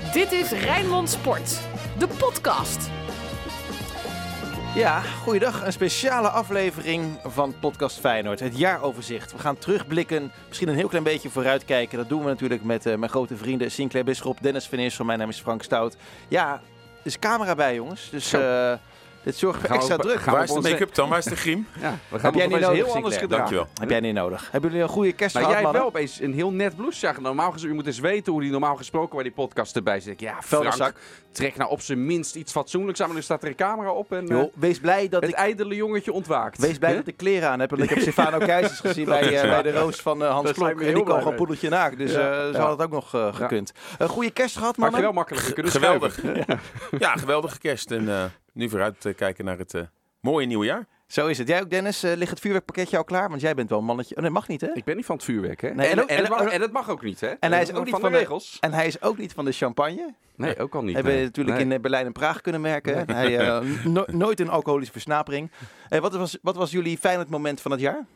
Dit is Rijnmond Sport, de podcast. Ja, goeiedag. Een speciale aflevering van Podcast Feyenoord. Het jaaroverzicht. We gaan terugblikken, misschien een heel klein beetje vooruitkijken. Dat doen we natuurlijk met mijn grote vrienden Sinclair Bisschop, Dennis van Eersel. Mijn naam is Frank Stout. Ja, er is camera bij, jongens. Dus dit zorgt voor extra druk. Waar is de make-up dan? Waar is de griem? Ja, we gaan Heb jij niet nodig, heel anders gedaan. Dankjewel. Heb jij niet nodig. Hebben jullie een goede kerst Maar gehad, jij hebt mannen? wel opeens een heel net blouseje. Normaal gezien, je moet eens weten hoe die normaal gesproken waar die podcast erbij zit. Ja, Frank, Vuilniszak. trek nou op zijn minst iets fatsoenlijks aan. Maar nu staat er een camera op en Joh, wees blij dat het ik... ijdele jongetje ontwaakt. Wees blij dat ik kleren aan heb. Want ik heb Stefano Keizers gezien bij de roos van Hans Daar zijn Klok. we En die heel kwam blij gewoon mee. poedeltje naakt. Dus ze hadden het ook nog gekund. Een goede kerst gehad, Had je mannen? wel makkelijker kunnen Geweldig. schuiven. Ja, geweldige kerst. En nu vooruit kijken naar het mooie nieuwe jaar. Zo is het. Jij ook, Dennis? Ligt het vuurwerkpakketje al klaar? Want jij bent wel een mannetje. Oh, nee, mag niet, hè? Ik ben niet van het vuurwerk, hè? Nee, en het mag ook niet, hè? En hij is ook niet van de van regels. En hij is ook niet van de champagne. Nee, ook al niet. Hebben we nee. natuurlijk Nee. in Berlijn en Praag kunnen merken. Hij nooit een alcoholische versnapering. Wat was jullie Feyenoord moment van het jaar?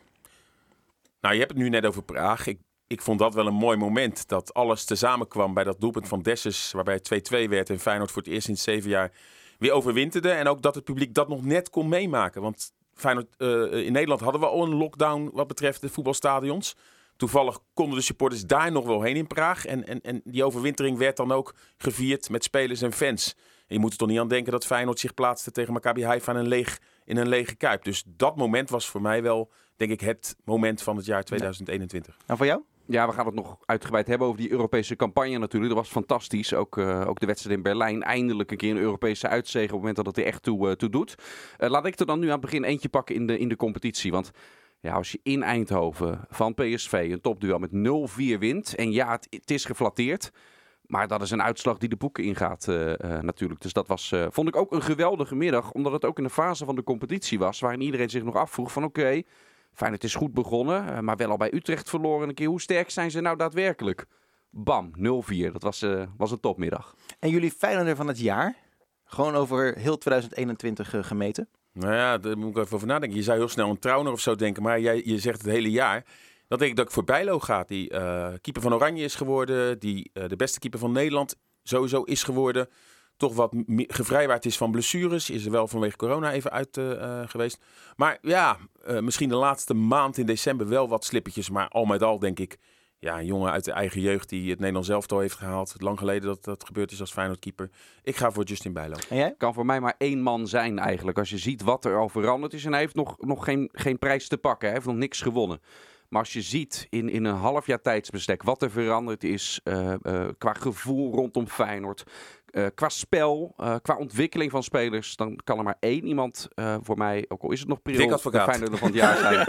Nou, je hebt het nu net over Praag. Ik vond dat wel een mooi moment. Dat alles tezamen kwam bij dat doelpunt van Dessus. Waarbij het 2-2 werd. En Feyenoord voor het eerst in 7 jaar weer overwinterde. En ook dat het publiek dat nog net kon meemaken. Want Feyenoord, in Nederland hadden we al een lockdown wat betreft de voetbalstadions. Toevallig konden de supporters daar nog wel heen in Praag. En die overwintering werd dan ook gevierd met spelers en fans. En je moet er toch niet aan denken dat Feyenoord zich plaatste tegen Maccabi Haifa in een lege Kuip. Dus dat moment was voor mij wel, denk ik, het moment van het jaar 2021. Nou, voor jou? Ja, we gaan het nog uitgebreid hebben over die Europese campagne natuurlijk. Dat was fantastisch. Ook de wedstrijd in Berlijn. Eindelijk een keer een Europese uitzege op het moment dat het er echt toe doet. Laat ik er dan nu aan het begin eentje pakken in de competitie. Want ja, als je in Eindhoven van PSV een topduel met 0-4 wint. En ja, het is geflatteerd. Maar dat is een uitslag die de boeken ingaat natuurlijk. Dus dat was, vond ik ook een geweldige middag. Omdat het ook in de fase van de competitie was. Waarin iedereen zich nog afvroeg van oké, Feyenoord is goed begonnen. Maar wel al bij Utrecht verloren een keer. Hoe sterk zijn ze nou daadwerkelijk? Bam, 0-4. Dat was een topmiddag. En jullie Feyenoorder van het jaar? Gewoon over heel 2021 gemeten? Nou ja, daar moet ik even over nadenken. Je zou heel snel een Trauner of zo denken. Maar je zegt het hele jaar. Dan denk ik dat ik voor Bijlo ga. Die keeper van Oranje is geworden. Die de beste keeper van Nederland sowieso is geworden. Toch wat gevrijwaard is van blessures. Is er wel vanwege corona even uit geweest. Maar ja, misschien de laatste maand in december wel wat slippertjes. Maar al met al denk ik, ja, een jongen uit de eigen jeugd die het Nederlands elftal heeft gehaald. Lang geleden dat dat gebeurd is als Feyenoord-keeper. Ik ga voor Justin Bijlo. En jij? Kan voor mij maar één man zijn eigenlijk. Als je ziet wat er al veranderd is. En hij heeft nog geen prijs te pakken. Hij heeft nog niks gewonnen. Maar als je ziet in een half jaar tijdsbestek wat er veranderd is qua gevoel rondom Feyenoord, qua spel, qua ontwikkeling van spelers, dan kan er maar één iemand voor mij, ook al is het nog Dick pril, Advocaat. de Feyenoorder van het jaar zijn.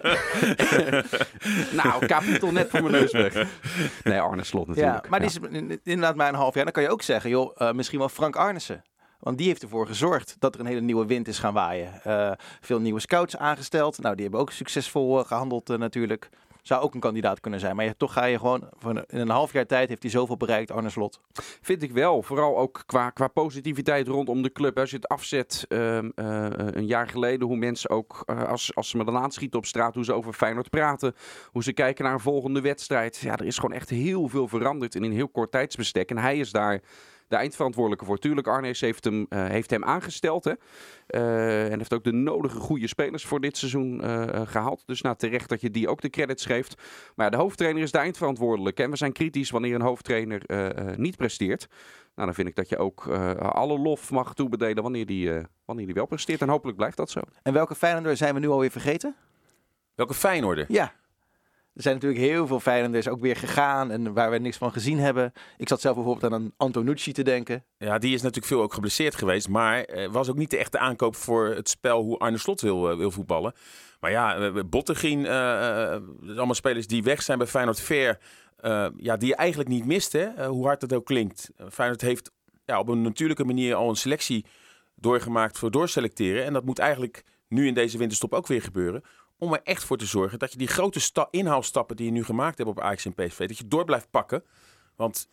Nou, kapitel net voor mijn neus weg. Nee, Arne Slot natuurlijk. Ja, maar die is inderdaad maar een half jaar. Dan kan je ook zeggen, joh, misschien wel Frank Arnissen. Want die heeft ervoor gezorgd dat er een hele nieuwe wind is gaan waaien. Veel nieuwe scouts aangesteld. Nou, die hebben ook succesvol gehandeld natuurlijk. Zou ook een kandidaat kunnen zijn. Maar toch ga je gewoon, in een half jaar tijd heeft hij zoveel bereikt, Arne Slot. Vind ik wel. Vooral ook qua positiviteit rondom de club. Als je het afzet een jaar geleden, hoe mensen ook, als ze me dan aanschieten op straat, hoe ze over Feyenoord praten. Hoe ze kijken naar een volgende wedstrijd. Ja, er is gewoon echt heel veel veranderd in een heel kort tijdsbestek. En hij is daar de eindverantwoordelijke voor. Tuurlijk, Arnees heeft hem aangesteld. Hè? En heeft ook de nodige goede spelers voor dit seizoen gehaald. Dus nou, terecht dat je die ook de credits geeft. Maar ja, de hoofdtrainer is de eindverantwoordelijke. En we zijn kritisch wanneer een hoofdtrainer niet presteert. Nou, dan vind ik dat je ook alle lof mag toebedelen wanneer die wel presteert. En hopelijk blijft dat zo. En welke Feyenoorder zijn we nu alweer vergeten? Welke Feyenoorder? Ja. Er zijn natuurlijk heel veel Feyenoorders ook weer gegaan en waar we niks van gezien hebben. Ik zat zelf bijvoorbeeld aan een Antonucci te denken. Ja, die is natuurlijk veel ook geblesseerd geweest. Maar was ook niet de echte aankoop voor het spel hoe Arne Slot wil voetballen. Maar ja, Bottegien, allemaal spelers die weg zijn bij Feyenoord Ver. Die je eigenlijk niet mist, hè? Hoe hard het ook klinkt. Feyenoord heeft op een natuurlijke manier al een selectie doorgemaakt voor doorselecteren. En dat moet eigenlijk nu in deze winterstop ook weer gebeuren. Om er echt voor te zorgen dat je die grote inhaalstappen die je nu gemaakt hebt op Ajax en PSV, dat je door blijft pakken. Want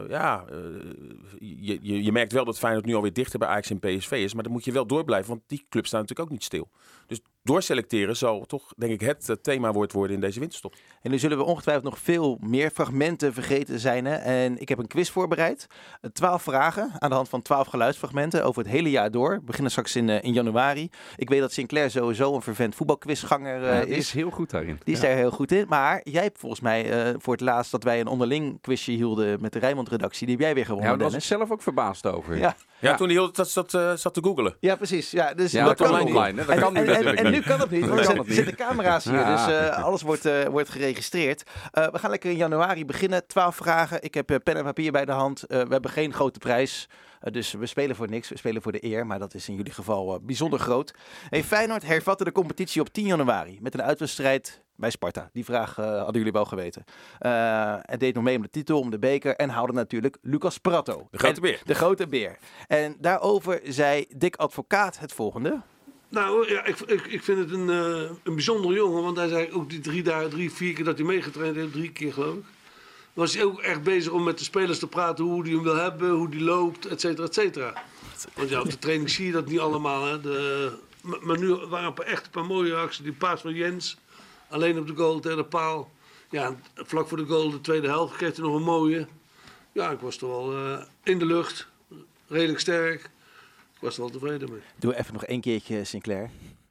je merkt wel dat Feyenoord nu alweer dichter bij Ajax en PSV is. Maar dan moet je wel door blijven, want die club staat natuurlijk ook niet stil. Dus doorselecteren zal toch, denk ik, het themawoord worden in deze winterstop. En nu zullen we ongetwijfeld nog veel meer fragmenten vergeten zijn. Hè? En ik heb een quiz voorbereid. 12 vragen aan de hand van 12 geluidsfragmenten over het hele jaar door. We beginnen straks in januari. Ik weet dat Sinclair sowieso een fervent voetbalquizganger is heel goed daarin. Die is daar heel goed in. Maar jij hebt volgens mij voor het laatst dat wij een onderling quizje hielden met de Rijnmond-redactie. Die heb jij weer gewonnen, Ja, daar was ik Dennis. zelf ook verbaasd over. Ja. Toen hij zat te googlen. Ja, precies. Ja, dus Ja, dat dat kan kan niet. online. Hè? Dat kan nu natuurlijk En niet. nu kan het niet, want Dat kan er het niet. zitten camera's hier, Ja. dus alles wordt geregistreerd. We gaan lekker in januari beginnen. 12 vragen. Ik heb pen en papier bij de hand. We hebben geen grote prijs, dus we spelen voor niks. We spelen voor de eer, maar dat is in jullie geval bijzonder groot. Hey, Feyenoord hervatte de competitie op 10 januari met een uitwedstrijd bij Sparta. Die vraag hadden jullie wel geweten. Het deed nog mee om de titel, om de beker en haalde natuurlijk Lucas Pratto. De grote beer. De grote beer. En daarover zei Dick Advocaat het volgende. Nou ja, ik vind het een bijzondere jongen. Want hij zei ook die 4 keer dat hij meegetraind heeft, 3 keer geloof ik. Was hij ook echt bezig om met de spelers te praten hoe hij hem wil hebben, hoe hij loopt, et cetera, et cetera. Want ja, op de training zie je dat niet allemaal. Hè. Maar nu waren er echt een paar mooie acties. Die paas van Jens, alleen op de goal tegen de paal. Ja, vlak voor de goal, de tweede helft, kreeg hij nog een mooie. Ja, ik was toch wel in de lucht, redelijk sterk. Ik was er wel tevreden mee. Doe even nog 1 keertje, Sinclair.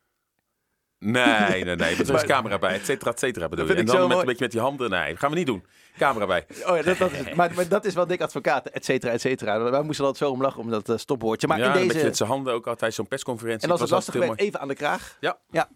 Nee. Er is camera bij, et cetera bedoel je. vind En ik dan zo met mooi. een beetje met die handen. Nee, gaan we niet doen. Camera bij. Oh ja, dat is het. Maar dat is wel Dick Advocaat, et cetera, et cetera. Wij moesten er altijd zo om lachen om dat stopwoordje. Maar Ja, in een beetje deze... met zijn handen ook altijd zo'n persconferentie. En als het was lastig altijd werd, heel even aan de kraag. Ja.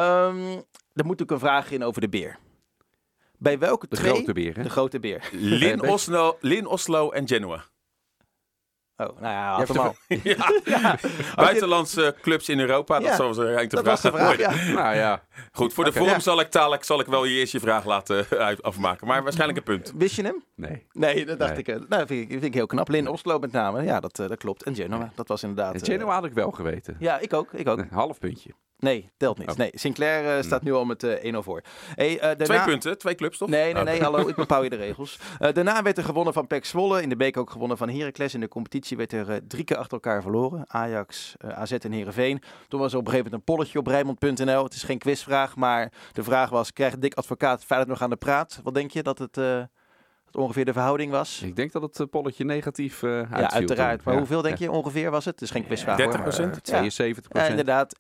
Er moet ook een vraag in over de beer. Bij welke De twee... grote beer, hè? De grote beer. mooi. Lin, Oslo en Genoa. Oh, nou ja, Je had hebt hem al. Buitenlandse clubs in Europa, Ja, dat zal ze eigenlijk Dat de was de vraag vraag, worden. ja. Nou ja. Goed, voor de Oké. vorm Ja. zal ik wel eerst je vraag laten afmaken. Maar waarschijnlijk een punt. Wist je hem? Nee. Nee, dat dacht Nee. ik. Nou, vind ik heel knap. Lin Oslo met name. Ja, dat klopt. En Genoa, dat was inderdaad... Genoa had ik wel geweten. Ja, ik ook. Een half puntje. Nee, telt niet. Oh. Nee, Sinclair staat nu al met 1-0 voor. Hey, 2 daarna... punten, 2 clubs toch? Nee, Oh. hallo, ik bepaal je de regels. Daarna werd er gewonnen van PEC Zwolle. In de beker ook gewonnen van Heracles. In de competitie werd er 3 keer achter elkaar verloren. Ajax, AZ en Heerenveen. Toen was er op een gegeven moment een polletje op Rijnmond.nl. Het is geen quizvraag, maar de vraag was... Krijgt Dick Advocaat Feyenoord nog aan de praat? Wat denk je dat het ongeveer de verhouding was? Ik denk dat het polletje negatief uitviel. Ja, uiteraard. toen. Maar Ja, hoeveel denk ja. je ongeveer was het? Het is geen quizvraag hoor. 30%? Maar, 72%. ja, inderdaad.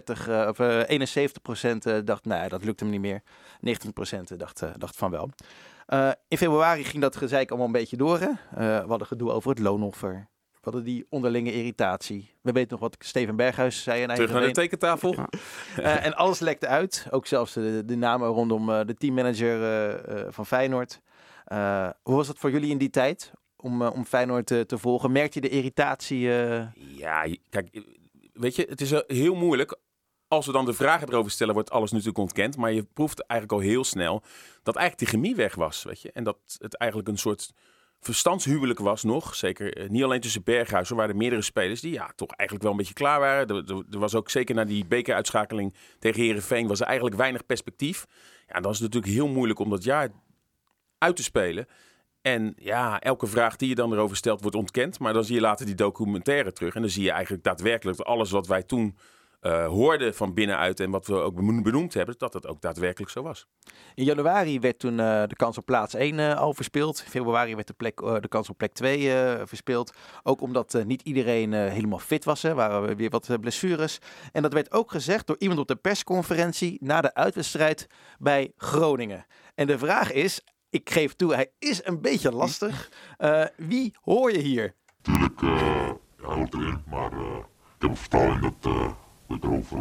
71% dacht, nou, dat lukt hem niet meer. 19% dacht van wel. In februari ging dat gezeik allemaal een beetje door. Hè? We hadden gedoe over het loonoffer. We hadden die onderlinge irritatie. We weten nog wat Steven Berghuis zei. In Terug naar de tekentafel. en alles lekte uit. Ook zelfs de namen rondom de teammanager van Feyenoord. Hoe was dat voor jullie in die tijd? Om Feyenoord te volgen. Merkte je de irritatie? Ja, kijk, weet je, het is heel moeilijk. Als we dan de vragen erover stellen, wordt alles natuurlijk ontkend. Maar je proeft eigenlijk al heel snel dat eigenlijk die chemie weg was. Weet je? En dat het eigenlijk een soort verstandshuwelijk was nog. Zeker niet alleen tussen Berghuis. Er waren meerdere spelers die toch eigenlijk wel een beetje klaar waren. Er was ook zeker na die bekeruitschakeling tegen Heerenveen was er eigenlijk weinig perspectief. Ja, dan is het natuurlijk heel moeilijk om dat jaar uit te spelen. En ja, elke vraag die je dan erover stelt wordt ontkend. Maar dan zie je later die documentaire terug. En dan zie je eigenlijk daadwerkelijk dat alles wat wij toen hoorden van binnenuit en wat we ook benoemd hebben, dat het ook daadwerkelijk zo was. In januari werd toen de kans op plaats 1 al verspeeld. In februari werd de kans op plek 2 verspeeld. Ook omdat niet iedereen helemaal fit was. Er waren weer wat blessures. En dat werd ook gezegd door iemand op de persconferentie na de uitwedstrijd bij Groningen. En de vraag is, ik geef toe, hij is een beetje lastig. Wie hoor je hier? Natuurlijk, hij hoort erin, maar ik heb er vertrouwen in dat ik er over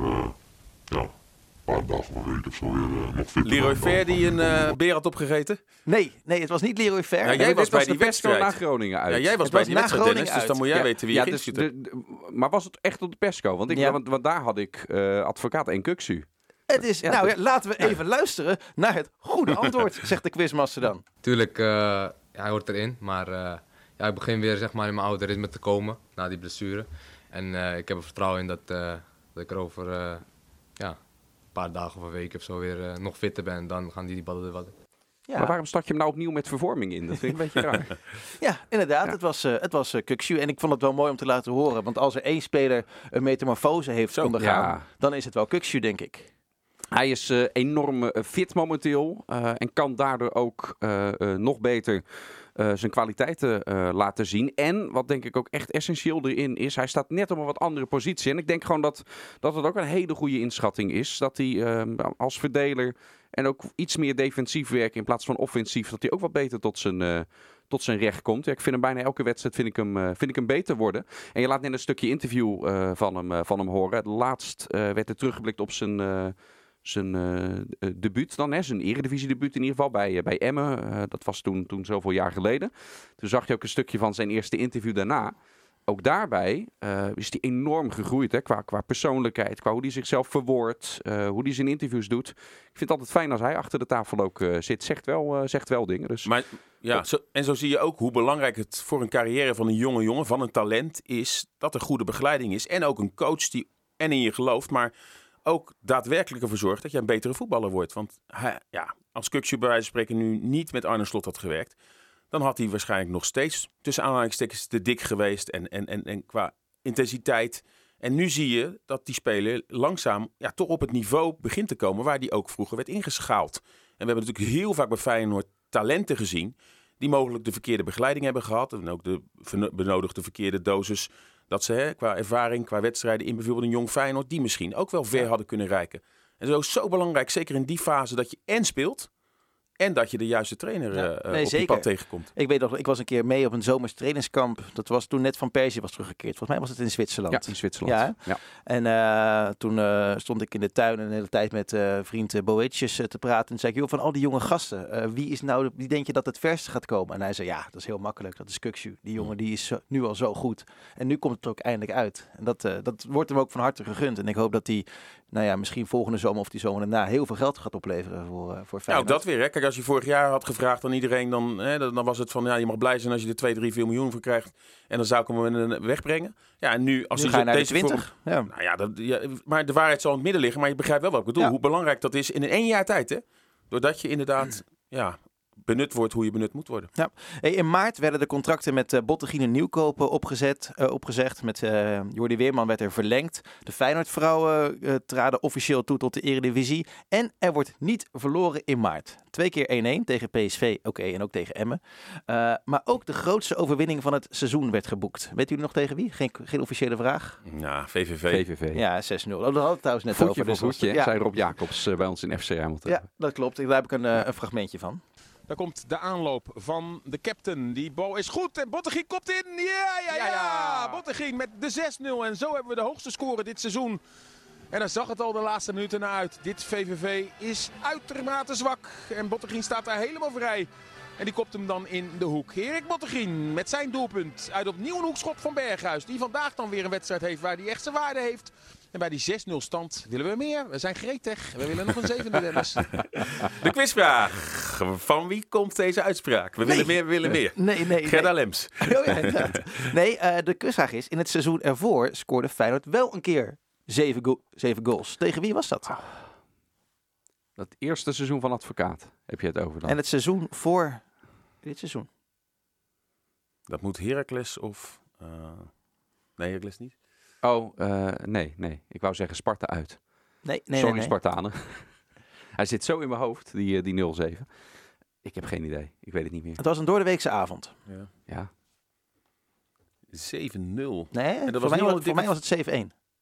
een paar dagen of een week of zo weer nog fit Leroy Ver die een beer had opgegeten? Nee, het was niet Leroy Ver. Ja, jij was bij de die persco wedstrijd. naar Groningen uit. Ja, jij was Het bij was die na wedstrijd, Groningen Dennis, dus dan moet jij uit. weten wie Ja, erin dus zit. maar was het echt op de persco? Want, Ja. want daar had ik Advocaat en Kuksu. Het is, Ja, laten we even luisteren naar het goede antwoord, zegt de quizmaster dan. Tuurlijk, hij hoort erin, maar ik begin weer zeg maar, in mijn oude ritme te komen na die blessure. En ik heb er vertrouwen in dat ik er over een paar dagen of een week of zo weer nog fitter ben. Dan gaan die ballen er wat in. Ja, Maar waarom start je hem nou opnieuw met vervorming in? Dat vind ik een beetje raar. ja inderdaad. Ja. Het was Kuksu. En ik vond het wel mooi om te laten horen. Want als er één speler een metamorfose heeft Zo, ondergaan, ja. dan is het wel Kuksu, denk ik. Hij is enorm fit momenteel en kan daardoor ook nog beter zijn kwaliteiten laten zien. En wat denk ik ook echt essentieel erin is, hij staat net op een wat andere positie. En ik denk gewoon dat het ook een hele goede inschatting is. Dat hij als verdeler en ook iets meer defensief werken in plaats van offensief, dat hij ook wat beter tot zijn recht komt. Ja, ik vind hem bijna elke wedstrijd vind ik hem beter worden. En je laat net een stukje interview van hem horen. Laatst werd er teruggeblikt op zijn debuut dan, zijn eredivisie-debuut in ieder geval bij Emmen. Dat was toen zoveel jaar geleden. Toen zag je ook een stukje van zijn eerste interview daarna. Ook daarbij is hij enorm gegroeid, hè, qua persoonlijkheid, qua hoe hij zichzelf verwoordt, hoe hij zijn interviews doet. Ik vind het altijd fijn als hij achter de tafel ook zit. Zegt wel dingen. Dus. Maar ja, zo zie je ook hoe belangrijk het voor een carrière van een jonge jongen, van een talent, is dat er goede begeleiding is. En ook een coach die en in je gelooft, maar ook daadwerkelijk ervoor zorgt dat je een betere voetballer wordt. Want als Kukçu bij wijze van spreken nu niet met Arne Slot had gewerkt, dan had hij waarschijnlijk nog steeds tussen aanhalingstekens te dik geweest en qua intensiteit. En nu zie je dat die speler langzaam toch op het niveau begint te komen waar die ook vroeger werd ingeschaald. En we hebben natuurlijk heel vaak bij Feyenoord talenten gezien die mogelijk de verkeerde begeleiding hebben gehad en ook de benodigde verkeerde dosis dat ze qua ervaring, qua wedstrijden in bijvoorbeeld een jong Feyenoord die misschien ook wel ver hadden kunnen reiken. En zo is zo belangrijk, zeker in die fase, dat je en speelt en dat je de juiste trainer op je pad tegenkomt. Ik weet nog, ik was een keer mee op een zomers trainingskamp. Dat was toen net Van Persie was teruggekeerd. Volgens mij was het in Zwitserland. Ja, in Zwitserland. Ja. En toen stond ik in de tuin een hele tijd met vriend Boetjes te praten. En zei ik, joh, van al die jonge gasten, wie denk je dat het verste gaat komen? En hij zei, ja, dat is heel makkelijk. Dat is Kukçu. Die jongen die is nu al zo goed. En nu komt het er ook eindelijk uit. En dat wordt hem ook van harte gegund. En ik hoop dat hij, misschien volgende zomer of die zomer daarna heel veel geld gaat opleveren voor Feyenoord. Nou, dat weer. Hè. Kijk, als je vorig jaar had gevraagd aan iedereen, dan was het van, je mag blij zijn als je er 2, 3, 4 miljoen voor krijgt. En dan zou ik hem wegbrengen. Ja, en nu als nu ga je naar deze 20. Maar de waarheid zal in het midden liggen. Maar je begrijpt wel wat ik bedoel. Ja. Hoe belangrijk dat is in 1 jaar tijd. Hè? Doordat je inderdaad benut wordt hoe je benut moet worden. Ja. In maart werden de contracten met Bottegien en Nieuwkoop opgezegd. Met Jordi Weerman werd er verlengd. De Feyenoord-vrouwen traden officieel toe tot de Eredivisie. En er wordt niet verloren in maart. 2 keer 1-1 tegen PSV, en ook tegen Emmen. Maar ook de grootste overwinning van het seizoen werd geboekt. Weet jullie nog tegen wie? Geen officiële vraag? Ja, VVV. Ja, 6-0. Dat hadden we trouwens net voetje over. Voetje, zei Rob Jacobs bij ons in FC Rijnmond. Ja, dat klopt. Daar heb ik een fragmentje van. Daar komt de aanloop van de captain. Die bal is goed en Bottegien kopt in. Ja. Bottegien met de 6-0. En zo hebben we de hoogste score dit seizoen. En dan zag het al de laatste minuten naar uit. Dit VVV is uitermate zwak. En Bottegien staat daar helemaal vrij. En die kopt hem dan in de hoek. Erik Bottegien met zijn doelpunt uit opnieuw een hoekschop van Berghuis. Die vandaag dan weer een wedstrijd heeft waar hij echt zijn waarde heeft. En bij die 6-0 stand willen we meer. We zijn gretig. We willen nog een 7e, Dennis. De quizvraag. Van wie komt deze uitspraak? We willen meer. Nee. Gerda Lems. De quizvraag is, in het seizoen ervoor scoorde Feyenoord wel een keer 7 goals. Tegen wie was dat? Dat eerste seizoen van Advocaat heb je het over dan. En het seizoen voor dit seizoen. Dat moet Heracles of... Nee, Heracles niet. Nee. Ik wou zeggen Sparta uit. Nee. Spartanen. Hij zit zo in mijn hoofd, die 0-7. Ik heb geen idee. Ik weet het niet meer. Het was een doordeweekse avond. Ja. 7-0. Nee, voor mij was het 7-1.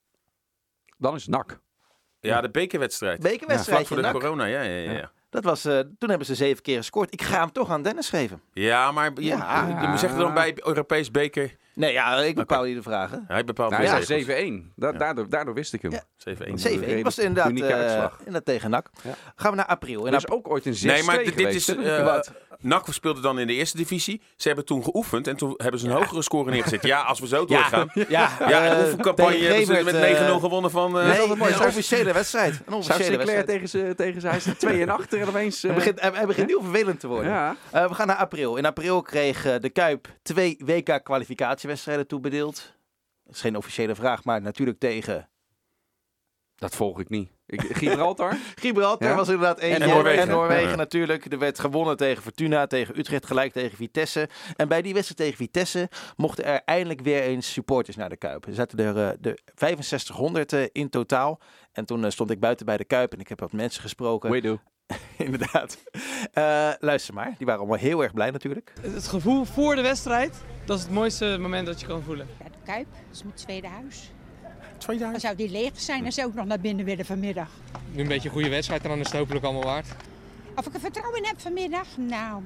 Dan is het NAC. Ja, de bekerwedstrijd. Vlak voor de corona, ja. Dat was, toen hebben ze 7 keer gescoord. Ik ga hem toch aan Dennis geven. Ja, maar je zegt er dan bij Europees beker... Nee, ik bepaal die de vragen. Hij bepaalt 7-1. Daardoor wist ik hem. Ja. 7-1 was inderdaad tegen NAC. Ja. Gaan we naar april. Er is ook ooit een 6-2 dit is... NAC speelde dan in de eerste divisie. Ze hebben toen geoefend en toen hebben ze een hogere score neergezet. Ja, als we zo doorgaan. De oefencampagne hebben ze met 9-0 gewonnen van... een officiële wedstrijd. Zou Sinclair tegen ze, hij is 2 en achter en opeens... Hij begint heel vervelend te worden. Ja. We gaan naar april. In april kreeg de Kuip 2 WK-kwalificatiewedstrijden toebedeeld. Dat is geen officiële vraag, maar natuurlijk tegen... Dat volg ik niet. Gibraltar? Gibraltar was inderdaad eentje. En Noorwegen natuurlijk. Er werd gewonnen tegen Fortuna, tegen Utrecht, gelijk tegen Vitesse. En bij die wedstrijd tegen Vitesse mochten er eindelijk weer eens supporters naar de Kuip. Er zaten er de 6500 in totaal. En toen stond ik buiten bij de Kuip en ik heb wat mensen gesproken. Weedoe. Inderdaad. Luister maar, die waren allemaal heel erg blij natuurlijk. Het gevoel voor de wedstrijd, dat is het mooiste moment dat je kan voelen. Ja, de Kuip, dat is mijn tweede huis. Tweede Dan zou die leeg zijn, dan zou ik nog naar binnen willen vanmiddag. Nu een beetje een goede wedstrijd en dan is het hopelijk allemaal waard. Of ik er vertrouwen in heb vanmiddag? Nou,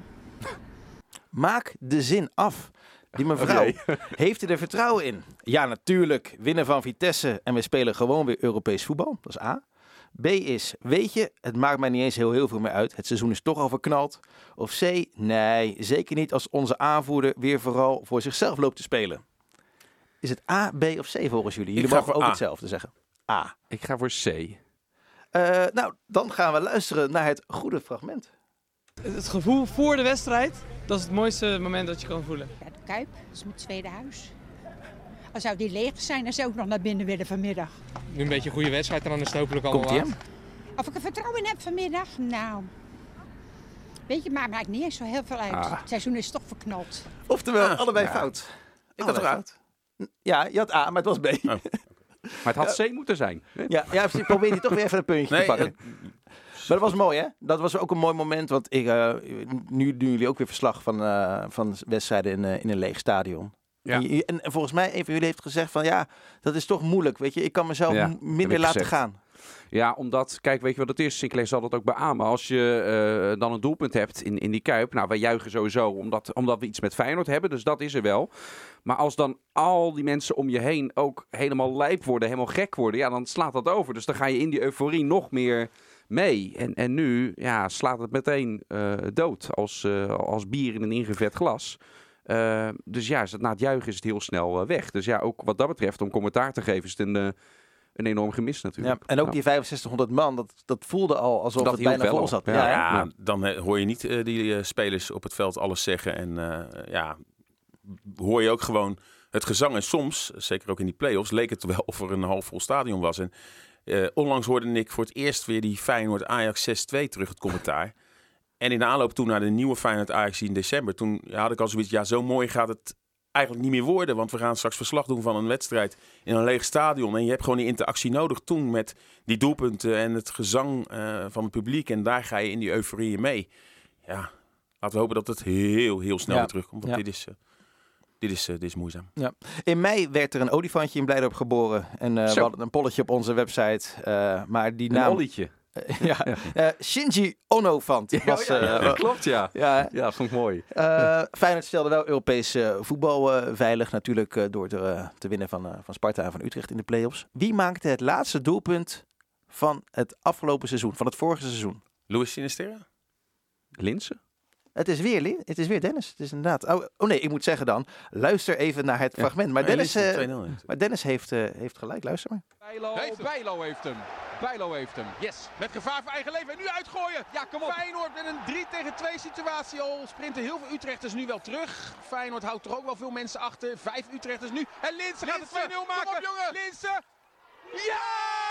Maak de zin af. Die mevrouw heeft er vertrouwen in. Ja, natuurlijk. Winnen van Vitesse en we spelen gewoon weer Europees voetbal. Dat is A. B is, weet je, het maakt mij niet eens heel veel meer uit. Het seizoen is toch al verknald. Of C, nee, zeker niet als onze aanvoerder weer vooral voor zichzelf loopt te spelen. Is het A, B of C volgens jullie? Jullie ga mogen voor ook A. hetzelfde zeggen. A. Ik ga voor C. Nou, dan gaan we luisteren naar het goede fragment. Het gevoel voor de wedstrijd, dat is het mooiste moment dat je kan voelen. ja, de Kuip, dat is mijn tweede huis. Dan zou die leeg zijn, dan zou ik nog naar binnen willen vanmiddag. Nu een beetje een goede wedstrijd en dan is het hopelijk allemaal Komt-ie waard. hem? Of ik er vertrouwen in heb vanmiddag? Nou, weet je, maar maakt niet eens zo heel veel uit. Ah. Het seizoen is toch verknald. Oftewel, allebei fout. Ik had Allebei eruit. fout. Ja, je had A, maar het was B. Oh. Maar het had C moeten zijn. Ja, precies. Probeer die toch weer even een puntje te pakken. Nee, Maar dat was mooi, hè? Dat was ook een mooi moment. Want nu doen jullie ook weer verslag van wedstrijden in een leeg stadion. Ja. En volgens mij, een van jullie heeft gezegd van ja, dat is toch moeilijk. Weet je, ik kan mezelf Ja, heb minder ik laten gezegd. gaan. Ja, omdat, kijk, weet je wat het is? Sinclair zal dat ook beamen. Als je dan een doelpunt hebt in die Kuip. Nou, wij juichen sowieso omdat we iets met Feyenoord hebben. Dus dat is er wel. Maar als dan al die mensen om je heen ook helemaal lijp worden, helemaal gek worden. Ja, dan slaat dat over. Dus dan ga je in die euforie nog meer mee. En nu slaat het meteen dood. Als bier in een ingevet glas. Dus ja, na het juichen is het heel snel weg. Dus ja, ook wat dat betreft, om commentaar te geven, is het een enorm gemis Ja, natuurlijk. en ook die 6500 man, dat voelde al alsof Dat het hielp bijna wel vol op. zat. Ja. Ja, dan hoor je niet die spelers op het veld alles zeggen. En hoor je ook gewoon het gezang. En soms, zeker ook in die play-offs, leek het wel of er een halfvol stadion was. En onlangs hoorde ik voor het eerst weer die Feyenoord-Ajax 6-2 terug, het commentaar. En in de aanloop toen naar de nieuwe Feyenoord-Ajax in december, toen had ik al zoiets, zo mooi gaat het eigenlijk niet meer worden. Want we gaan straks verslag doen van een wedstrijd in een leeg stadion. En je hebt gewoon die interactie nodig toen met die doelpunten en het gezang van het publiek. En daar ga je in die euforie mee. Ja, laten we hopen dat het heel, heel snel weer terugkomt. Want dit is moeizaam. Ja. In mei werd er een olifantje in Blijdorp geboren. En we hadden een polletje op onze website. Maar die Een naam... ollietje. Shinji Onofant was... Klopt, ja. ja, Ja, vond ik mooi. Feyenoord stelde wel Europees voetbal veilig. Natuurlijk door te winnen van Sparta en van Utrecht in de play-offs. Wie maakte het laatste doelpunt van het afgelopen seizoen? Van het vorige seizoen? Luis Sinisterra? Linsen? Het is weer Dennis. Het is inderdaad... Oh nee, ik moet zeggen dan. Luister even naar het fragment. Maar Dennis heeft gelijk. Luister maar. Bijlo heeft hem. Yes. Met gevaar voor eigen leven. En nu uitgooien. Ja, kom op. Feyenoord met een 3-tegen-2 situatie. Al sprinten heel veel Utrechters nu wel terug. Feyenoord houdt toch ook wel veel mensen achter. 5 Utrechters nu. En Linssen gaat het 2-0 maken. Kom op, jongen. Linssen. Ja!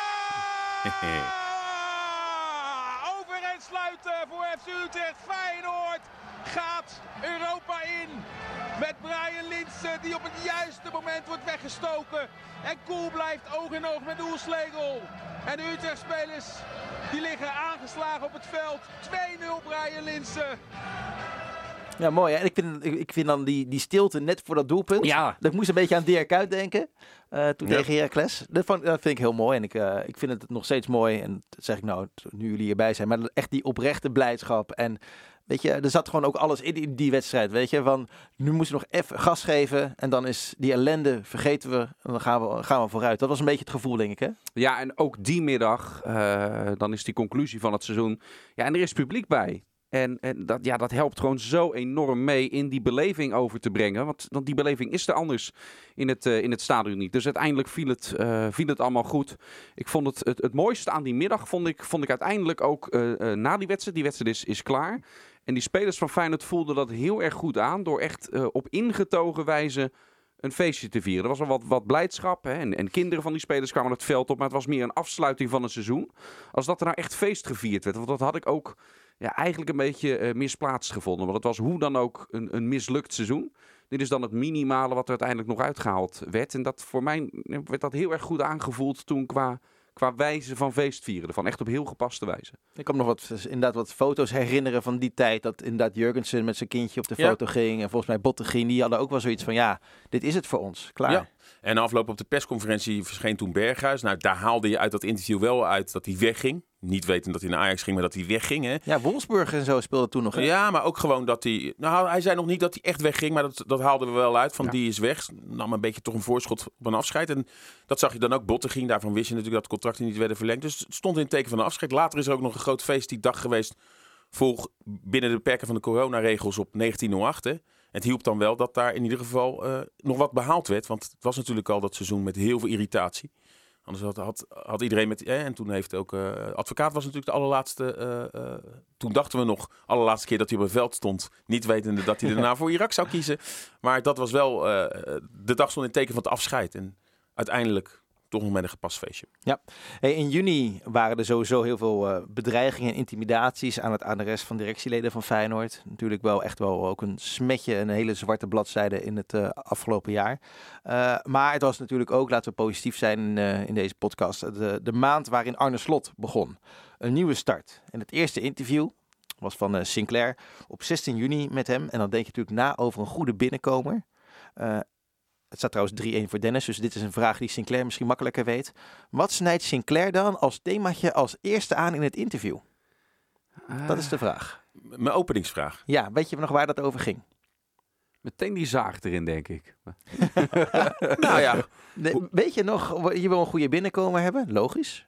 Over en sluiten voor FC Utrecht. Feyenoord gaat Europa in. Met Brian Linssen die op het juiste moment wordt weggestoken. En Koel blijft oog in oog met Oelslegel. En de Utrecht-spelers die liggen aangeslagen op het veld. 2-0 Brian Linssen. Ja, mooi. Hè? En ik vind dan die stilte net voor dat doelpunt. Ja. Dat moest een beetje aan Dirk Kuyt denken. Toen tegen Heracles. Dat vind ik heel mooi. En ik vind het nog steeds mooi. En dat zeg ik nou, nu jullie hierbij zijn. Maar echt die oprechte blijdschap. En weet je, er zat gewoon ook alles in die wedstrijd. Weet je, van nu moesten we nog even gas geven. En dan is die ellende, vergeten we. En dan gaan we vooruit. Dat was een beetje het gevoel, denk ik, hè? Ja, en ook die middag, dan is die conclusie van het seizoen. Ja, en er is publiek bij. En dat helpt gewoon zo enorm mee in die beleving over te brengen. Want die beleving is er anders in het stadion niet. Dus uiteindelijk viel het allemaal goed. Ik vond het mooiste aan die middag vond ik uiteindelijk ook na die wedstrijd. Die wedstrijd is klaar. En die spelers van Feyenoord voelden dat heel erg goed aan. Door echt op ingetogen wijze een feestje te vieren. Er was wel wat blijdschap. Hè? En kinderen van die spelers kwamen het veld op. Maar het was meer een afsluiting van een seizoen. Als dat er nou echt feest gevierd werd. Want dat had ik ook eigenlijk een beetje misplaatst gevonden. Want het was hoe dan ook een mislukt seizoen. Dit is dan het minimale wat er uiteindelijk nog uitgehaald werd. En dat voor mij werd dat heel erg goed aangevoeld toen qua wijze van feestvieren. Van echt op heel gepaste wijze. Ik kan me nog wat foto's herinneren van die tijd. Dat inderdaad Jurgensen met zijn kindje op de foto ging. En volgens mij Bottegien, die hadden ook wel zoiets van dit is het voor ons. Klaar. Ja. En afloop op de persconferentie verscheen toen Berghuis. Nou, daar haalde je uit dat interview wel uit dat hij wegging. Niet weten dat hij naar Ajax ging, maar dat hij wegging. Hè? Ja, Wolfsburg en zo speelde toen nog. Hè? Ja, maar ook gewoon dat hij... Nou, hij zei nog niet dat hij echt wegging, maar dat haalden we wel uit. Van die is weg. Nam een beetje toch een voorschot op een afscheid. En dat zag je dan ook. Bottegien, daarvan wist je natuurlijk dat contracten niet werden verlengd. Dus het stond in het teken van een afscheid. Later is er ook nog een groot feest die dag geweest. Binnen de beperken van de coronaregels op 1908. Hè? Het hielp dan wel dat daar in ieder geval nog wat behaald werd. Want het was natuurlijk al dat seizoen met heel veel irritatie. Anders had iedereen met... en toen heeft ook... advocaat was natuurlijk de allerlaatste... toen dachten we nog allerlaatste keer dat hij op het veld stond. Niet wetende dat hij daarna voor Irak zou kiezen. Maar dat was wel... de dag stond in het teken van het afscheid. En uiteindelijk toch nog met een gepast feestje. Ja. Hey, in juni waren er sowieso heel veel bedreigingen en intimidaties aan het adres van directieleden van Feyenoord. Natuurlijk wel echt wel ook een smetje, een hele zwarte bladzijde in het afgelopen jaar. Maar het was natuurlijk ook, laten we positief zijn in deze podcast, de maand waarin Arne Slot begon. Een nieuwe start. En het eerste interview was van Sinclair op 16 juni met hem. En dan denk je natuurlijk na over een goede binnenkomer. Het staat trouwens 3-1 voor Dennis, dus dit is een vraag die Sinclair misschien makkelijker weet. Wat snijdt Sinclair dan als themaatje als eerste aan in het interview? Dat is de vraag. Mijn openingsvraag. Ja, weet je nog waar dat over ging? Meteen die zaag erin, denk ik. Nou ja. Weet je nog, je wil een goede binnenkomer hebben, logisch.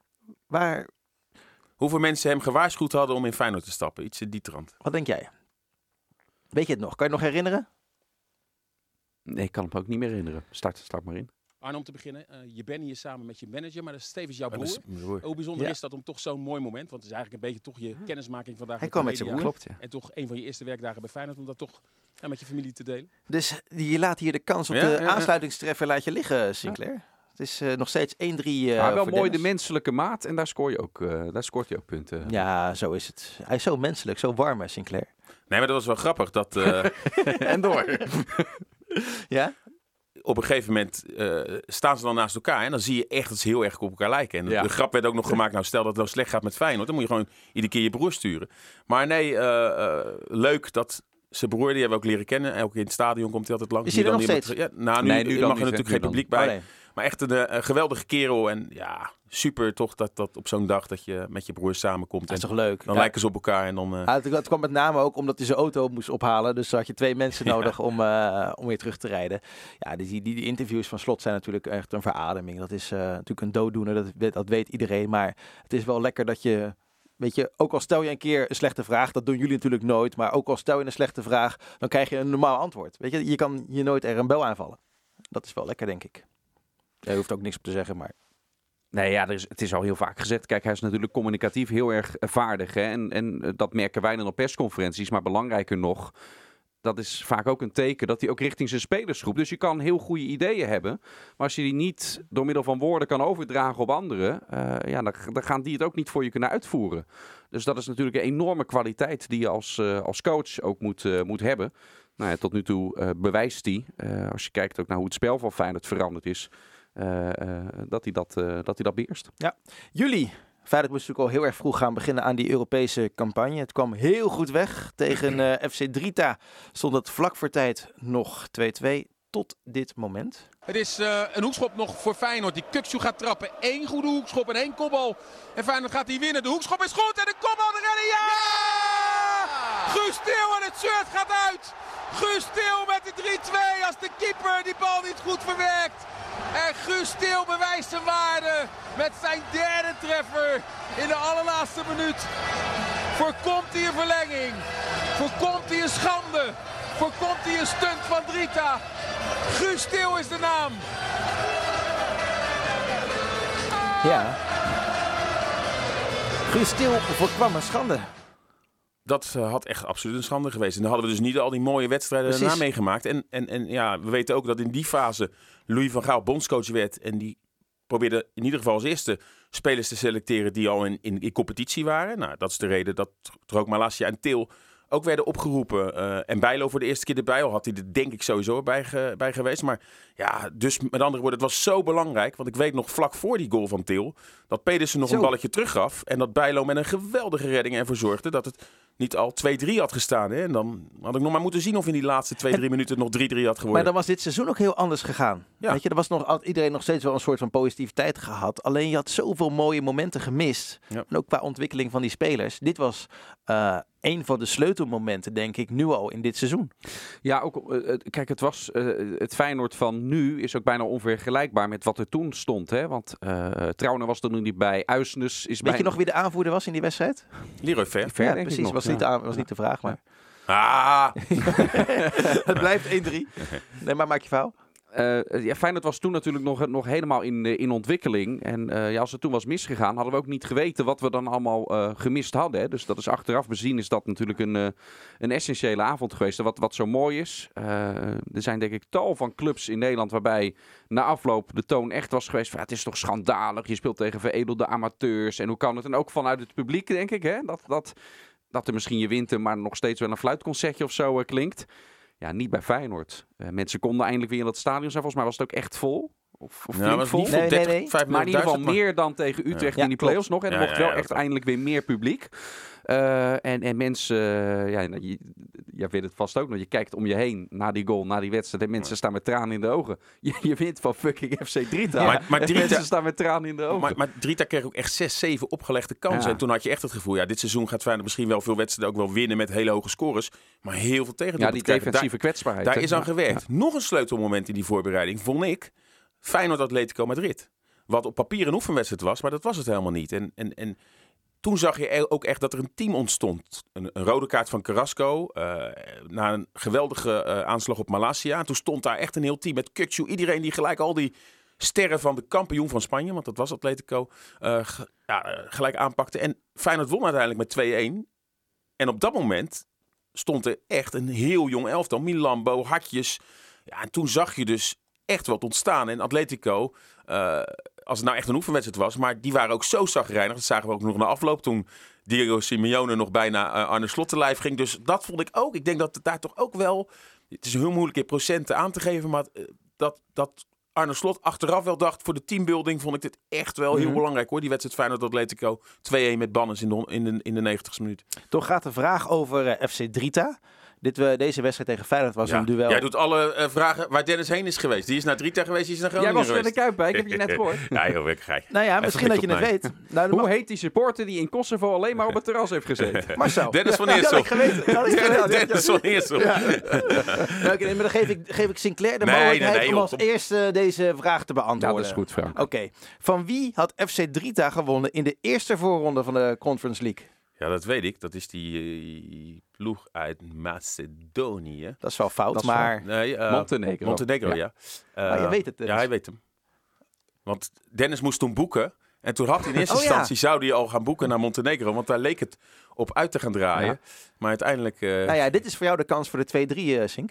Hoeveel mensen hem gewaarschuwd hadden om in Feyenoord te stappen? Iets in die trant. Wat denk jij? Weet je het nog? Kan je het nog herinneren? Nee, ik kan het me ook niet meer herinneren. Start maar in. Arno, om te beginnen. Je bent hier samen met je manager, maar dat is tevens jouw broer. Hoe bijzonder is dat om toch zo'n mooi moment, want het is eigenlijk een beetje toch je kennismaking vandaag. Hij kwam met zijn broer. Klopt, ja. En toch een van je eerste werkdagen bij Feyenoord, om dat toch met je familie te delen. Dus je laat hier de kans op de aansluitingstreffer laat je liggen, Sinclair. Ja. Het is nog steeds 1-3 maar wel mooi Dennis. de menselijke maat en daar scoort hij ook punten. Ja, zo is het. Hij is zo menselijk, zo warm, Sinclair. Nee, maar dat was wel grappig. En door. Ja? Op een gegeven moment staan ze dan naast elkaar. En dan zie je echt dat ze heel erg op elkaar lijken. En de grap werd ook nog gemaakt. Nou, stel dat het nou slecht gaat met Feyenoord. Dan moet je gewoon iedere keer je broer sturen. Maar nee, leuk dat zijn broer, die hebben we ook leren kennen. Ook in het stadion komt hij altijd langs. Is hij er nog steeds? Ja, nou, nu mag er natuurlijk geen publiek bij. Oh, nee. Maar echt een geweldige kerel. En ja, super toch dat op zo'n dag dat je met je broer samenkomt. Dat is toch leuk? Dan lijken ze op elkaar. En dan, het kwam met name ook omdat hij zijn auto moest ophalen. Dus dan had je 2 mensen nodig om weer terug te rijden. Ja, die interviews van Slot zijn natuurlijk echt een verademing. Dat is natuurlijk een dooddoener, dat weet iedereen. Maar het is wel lekker dat je... Weet je, ook al stel je een keer een slechte vraag, dat doen jullie natuurlijk nooit. Maar ook al stel je een slechte vraag, dan krijg je een normaal antwoord. Weet je kan je nooit er een bel aanvallen. Dat is wel lekker, denk ik. Je hoeft ook niks op te zeggen, maar... Nee, ja, het is al heel vaak gezegd. Kijk, hij is natuurlijk communicatief heel erg vaardig. Hè? En dat merken wij dan op persconferenties. Maar belangrijker nog, dat is vaak ook een teken dat hij ook richting zijn spelersgroep... Dus je kan heel goede ideeën hebben. Maar als je die niet door middel van woorden kan overdragen op anderen... dan gaan die het ook niet voor je kunnen uitvoeren. Dus dat is natuurlijk een enorme kwaliteit die je als coach ook moet hebben. Nou ja, tot nu toe bewijst hij, als je kijkt ook naar hoe het spel van Feyenoord veranderd is... dat hij dat beheerst. Ja, juli. Feyenoord moest natuurlijk al heel erg vroeg gaan beginnen aan die Europese campagne. Het kwam heel goed weg. Tegen FC Drita stond het vlak voor tijd nog 2-2 tot dit moment. Het is een hoekschop nog voor Feyenoord. Die Kukçu gaat trappen. 1 goede hoekschop en 1 kopbal. En Feyenoord gaat die winnen. De hoekschop is goed en de kopbal erin. Ja! Guus Til en het shirt gaat uit. Guus Til met de 3-2 als de keeper die bal niet goed verwerkt. En Guus Til bewijst zijn waarde met zijn 3e treffer in de allerlaatste minuut. Voorkomt hij een verlenging. Voorkomt hij een schande. Voorkomt hij een stunt van Drita. Guus Til is de naam. Ja. Guus Til voorkwam een schande. Dat had echt absoluut een schande geweest. En dan hadden we dus niet al die mooie wedstrijden daarna meegemaakt. En ja, we weten ook dat in die fase Louis van Gaal bondscoach werd. En die probeerde in ieder geval als eerste spelers te selecteren die al in competitie waren. Nou, dat is de reden dat Roque Malacia en Til ook werden opgeroepen. En Bijlo voor de eerste keer erbij. Al had hij er denk ik sowieso bij geweest. Maar ja, dus met andere woorden, het was zo belangrijk. Want ik weet nog vlak voor die goal van Til dat Pedersen nog een balletje teruggaf. En dat Bijlo met een geweldige redding ervoor zorgde dat het niet al 2-3 had gestaan. Hè? En dan had ik nog maar moeten zien of in die laatste 2-3 minuten nog 3-3 had geworden. Maar dan was dit seizoen ook heel anders gegaan. Ja. Weet je, er was iedereen nog steeds wel een soort van positiviteit gehad. Alleen je had zoveel mooie momenten gemist. Ja. En ook qua ontwikkeling van die spelers. Dit was een van de sleutelmomenten, denk ik, nu al in dit seizoen. Ja, ook, kijk, het Feyenoord van nu is ook bijna onvergelijkbaar met wat er toen stond. Hè? Want Trauner was er nu niet bij. Uisnes is bij. Weet je nog wie de aanvoerder was in die wedstrijd? Leroy Ver. Ja, precies. Was niet de vraag, maar... Het blijft 1-3. Nee, maar maak je fout. Feyenoord was toen natuurlijk nog helemaal in ontwikkeling. En als het toen was misgegaan, hadden we ook niet geweten wat we dan allemaal gemist hadden. Hè. Dus dat is achteraf bezien is dat natuurlijk een essentiële avond geweest. Wat zo mooi is, er zijn denk ik tal van clubs in Nederland waarbij na afloop de toon echt was geweest van, het is toch schandalig, je speelt tegen veredelde amateurs. En hoe kan het? En ook vanuit het publiek, denk ik, hè, dat er misschien je wint, maar nog steeds wel een fluitconcertje of zo klinkt. Ja, niet bij Feyenoord. Mensen konden eindelijk weer in dat stadion zijn. Volgens mij was het ook echt vol. Of was vol. Niet vol. Nee. Maar in ieder geval meer dan tegen Utrecht in die play-offs nog. En er mocht wel echt eindelijk weer meer publiek. En mensen, jij weet het vast ook nog. Je kijkt om je heen naar die goal, naar die wedstrijd. En mensen staan met tranen in de ogen. Je wint van fucking FC Drita. Maar mensen staan met tranen in de ogen. Maar Drita kreeg ook echt 6-7 opgelegde kansen. Ja. En toen had je echt het gevoel, dit seizoen gaat Feyenoord misschien wel veel wedstrijden ook wel winnen met hele hoge scores. Maar heel veel tegendoelpunten. Ja, die defensieve kwetsbaarheid. Daar is aan gewerkt. Ja. Nog een sleutelmoment in die voorbereiding, vond ik. Feyenoord Atletico Madrid. Wat op papier een oefenwedstrijd was, maar dat was het helemaal niet. En toen zag je ook echt dat er een team ontstond. Een rode kaart van Carrasco. Na een geweldige aanslag op Malacia. En toen stond daar echt een heel team met Kukçu. Iedereen die gelijk al die sterren van de kampioen van Spanje, want dat was Atletico, gelijk aanpakte. En Feyenoord won uiteindelijk met 2-1. En op dat moment stond er echt een heel jong elftal. Milambo, Hartjes. Ja, en toen zag je dus echt wat ontstaan. En Atletico, als het nou echt een oefenwedstrijd was, maar die waren ook zo chagrijnig. Dat zagen we ook nog na afloop toen Diego Simeone nog bijna Arne Slot te lijf ging. Dus dat vond ik ook. Ik denk dat het daar toch ook wel, het is heel moeilijk in procenten aan te geven, maar dat Arne Slot achteraf wel dacht, voor de teambuilding vond ik dit echt wel heel belangrijk hoor. Die wedstrijd Feyenoord Atletico 2-1 met Bannes in de 90ste minuut. Toch gaat de vraag over FC Drita. Deze wedstrijd tegen Feyenoord was een duel. Jij doet alle vragen waar Dennis heen is geweest. Die is naar Drita geweest, die is naar Groningen geweest. Jij was er de Kuip bij, ik heb je net gehoord. Ja, heel wekkig. Nou ja, misschien dat je het weet. Nou, hoe heet die supporter die in Kosovo alleen maar op het terras heeft gezeten? Marcel. Dennis van Eersel. Dennis van Eersel. Maar dan geef ik Sinclair de mogelijkheid om als eerste deze vraag te beantwoorden. Ja, dat is goed, Frank. Oké. Van wie had FC Drita gewonnen in de eerste voorronde van de Conference League? Ja, dat weet ik. Dat is die ploeg uit Macedonië. Dat is wel fout, maar... Montenegro, ja. Maar je weet het dus. Ja, hij weet hem. Want Dennis moest toen boeken. En toen had hij in eerste instantie, zou hij al gaan boeken naar Montenegro. Want daar leek het op uit te gaan draaien. Ja. Maar uiteindelijk... dit is voor jou de kans voor de 2-3, Sink.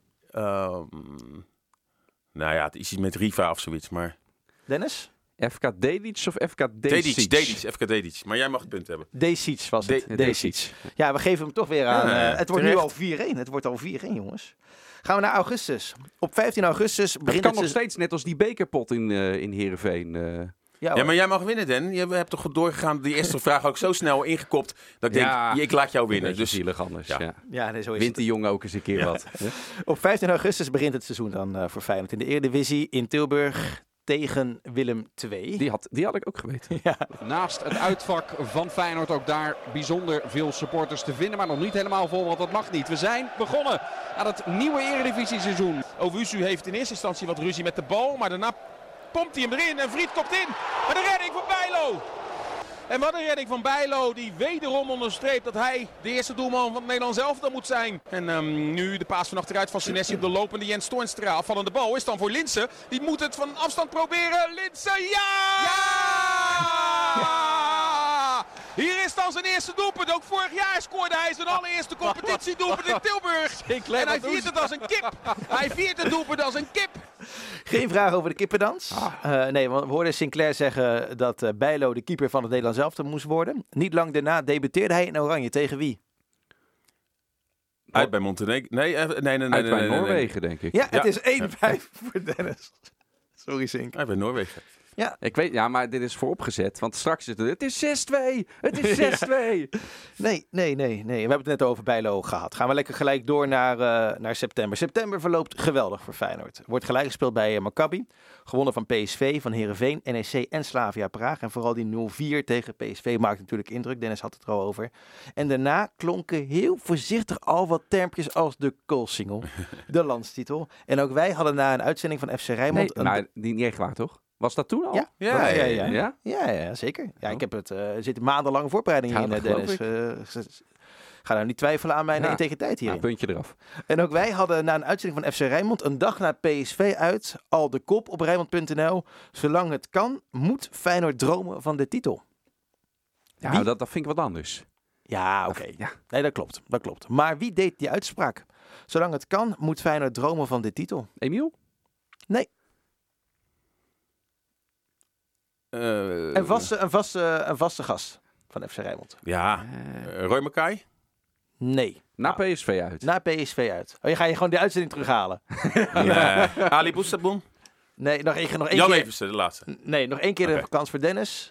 Het is iets met Riva of zoiets, maar... Dennis? FK Dedic of FK Dedic? FK Dedic. Maar jij mag het punt hebben. Dedic was het. Dedic. Ja, we geven hem toch weer aan. Het wordt nu al 4-1. Het wordt al 4-1, jongens. Gaan we naar augustus. Op 15 augustus begint het... kan nog steeds, net als die bekerpot in Heerenveen. Ja, maar jij mag winnen, Den. Je hebt toch doorgegaan. Die eerste vraag ook zo snel ingekopt. Dat ik denk, ik laat jou winnen. Dus zielig anders. Zo is wint die jongen ook eens een keer wat. Op 15 augustus begint het seizoen dan voor Feyenoord in de Eredivisie in Tilburg tegen Willem II. Die had ik ook geweten. Ja. Naast het uitvak van Feyenoord ook daar bijzonder veel supporters te vinden. Maar nog niet helemaal vol, want dat mag niet. We zijn begonnen aan het nieuwe Eredivisie-seizoen. Owusu heeft in eerste instantie wat ruzie met de bal. Maar daarna pompt hij hem erin en Vriet kopt in. Maar de redding van Bijlo. En wat een redding van Bijlo, die wederom onderstreept dat hij de eerste doelman van het Nederlands elftal moet zijn. En nu de paas van achteruit van Senesi op de lopende Jens Toornstra. Afvallende bal is dan voor Linssen. Die moet het van afstand proberen. Linssen, ja! Hier is dan zijn eerste doelpunt. Ook vorig jaar scoorde hij zijn allereerste competitiedoelpunt in Tilburg. En hij viert het als een kip. Hij viert het doelpunt als een kip. Geen vraag over de kippendans. Nee, want we hoorden Sinclair zeggen dat Bijlo de keeper van het Nederlands elftal moest worden. Niet lang daarna debuteerde hij in Oranje. Tegen wie? Uit bij Montenegro. Nee. Uit bij Noorwegen, denk ik. Ja, het is 1-5 voor Dennis. Sorry, Sink. Uit bij Noorwegen. Ja. Ik weet, ja, maar dit is vooropgezet. Want straks zit het is 6-2. Het is 6-2. Nee. We hebben het net over Bijlo gehad. Gaan we lekker gelijk door naar september. September verloopt geweldig voor Feyenoord. Wordt gelijk gespeeld bij Maccabi. Gewonnen van PSV, van Heerenveen, NEC en Slavia Praag. En vooral die 0-4 tegen PSV maakt natuurlijk indruk. Dennis had het er al over. En daarna klonken heel voorzichtig al wat termpjes als de Koolsingel. De landstitel. En ook wij hadden na een uitzending van FC Rijnmond... Maar die niet echt waar, toch? Was dat toen al? Ja, zeker. Ja, ik heb het zitten maandenlange voorbereiding in, Dennis. Ga nou niet twijfelen aan mijn integriteit hierin. Puntje eraf. En ook wij hadden na een uitzending van FC Rijnmond een dag na PSV uit al de kop op Rijnmond.nl. Zolang het kan, moet Feyenoord dromen van de titel. Ja, dat vind ik wat anders. Ja, oké. Ja. Nee, dat klopt. Maar wie deed die uitspraak? Zolang het kan, moet Feyenoord dromen van de titel. Emiel? Nee. Een vaste gast van FC Rijnmond. Ja, Roy Mackay? Nee. Na PSV uit. Na PSV uit. Oh, je gaat je gewoon de uitzending terughalen. Ali Boustabon? Nee, nog één keer. Jan Eversen, de laatste. Nee, nog één keer de kans voor Dennis.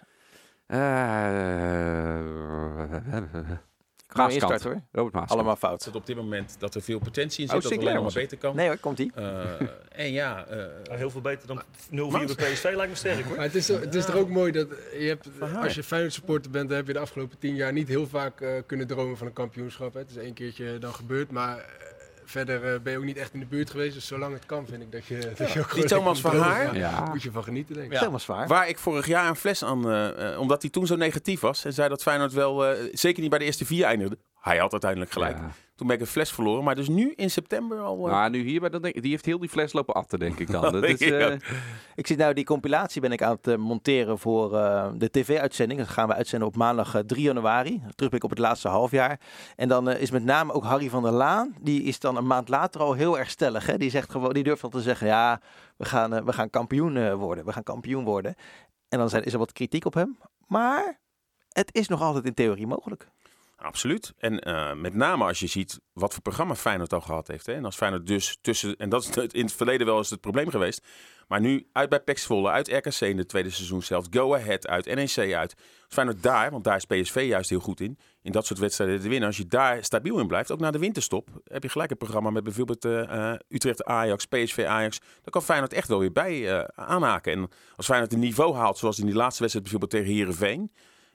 Gaan we instarten hoor. Robert Maaskant. Allemaal fout. Dat op dit moment dat er veel potentie in zit, dat het alleen nog maar beter kan. Nee hoor, komt-ie. En ja... heel veel beter dan 0-4 bij PSV lijkt me sterk hoor. Maar het is toch ook mooi dat je hebt, als je Feyenoord supporter bent, dan heb je de afgelopen 10 jaar niet heel vaak kunnen dromen van een kampioenschap. Hè. Het is 1 keertje dan gebeurd, maar verder ben je ook niet echt in de buurt geweest. Dus zolang het kan, vind ik dat je ook die Thomas van Haar, daar moet je van genieten, denk ik. Thomas van Haar. Waar ik vorig jaar een fles aan, omdat hij toen zo negatief was en zei dat Feyenoord wel, zeker niet bij de eerste 4 eindigde. Hij had uiteindelijk gelijk. Ja. Toen ben ik een fles verloren. Maar dus nu in september al... Nou, nu hierbij, dan denk ik, die heeft heel die fles lopen atten, denk ik dan. Dat is, ik zit nou die compilatie ben ik aan het monteren voor de tv-uitzending. Dat gaan we uitzenden op maandag 3 januari. Terugblik op het laatste halfjaar. En dan is met name ook Harry van der Laan. Die is dan een maand later al heel erg stellig. Hè? Die zegt gewoon, die durft al te zeggen, ja, we gaan kampioen worden. We gaan kampioen worden. En dan is er wat kritiek op hem. Maar het is nog altijd in theorie mogelijk. Absoluut. En met name als je ziet wat voor programma Feyenoord al gehad heeft. Hè? En als Feyenoord dus tussen... En dat is in het verleden wel eens het probleem geweest. Maar nu uit bij PEC Zwolle, uit RKC in de tweede seizoen zelf. Go Ahead uit, NEC uit. Als Feyenoord daar, want daar is PSV juist heel goed in dat soort wedstrijden te winnen. Als je daar stabiel in blijft, ook na de winterstop, heb je gelijk een programma met bijvoorbeeld Utrecht Ajax, PSV Ajax. Dan kan Feyenoord echt wel weer bij aanhaken. En als Feyenoord een niveau haalt, zoals in die laatste wedstrijd bijvoorbeeld tegen Heerenveen.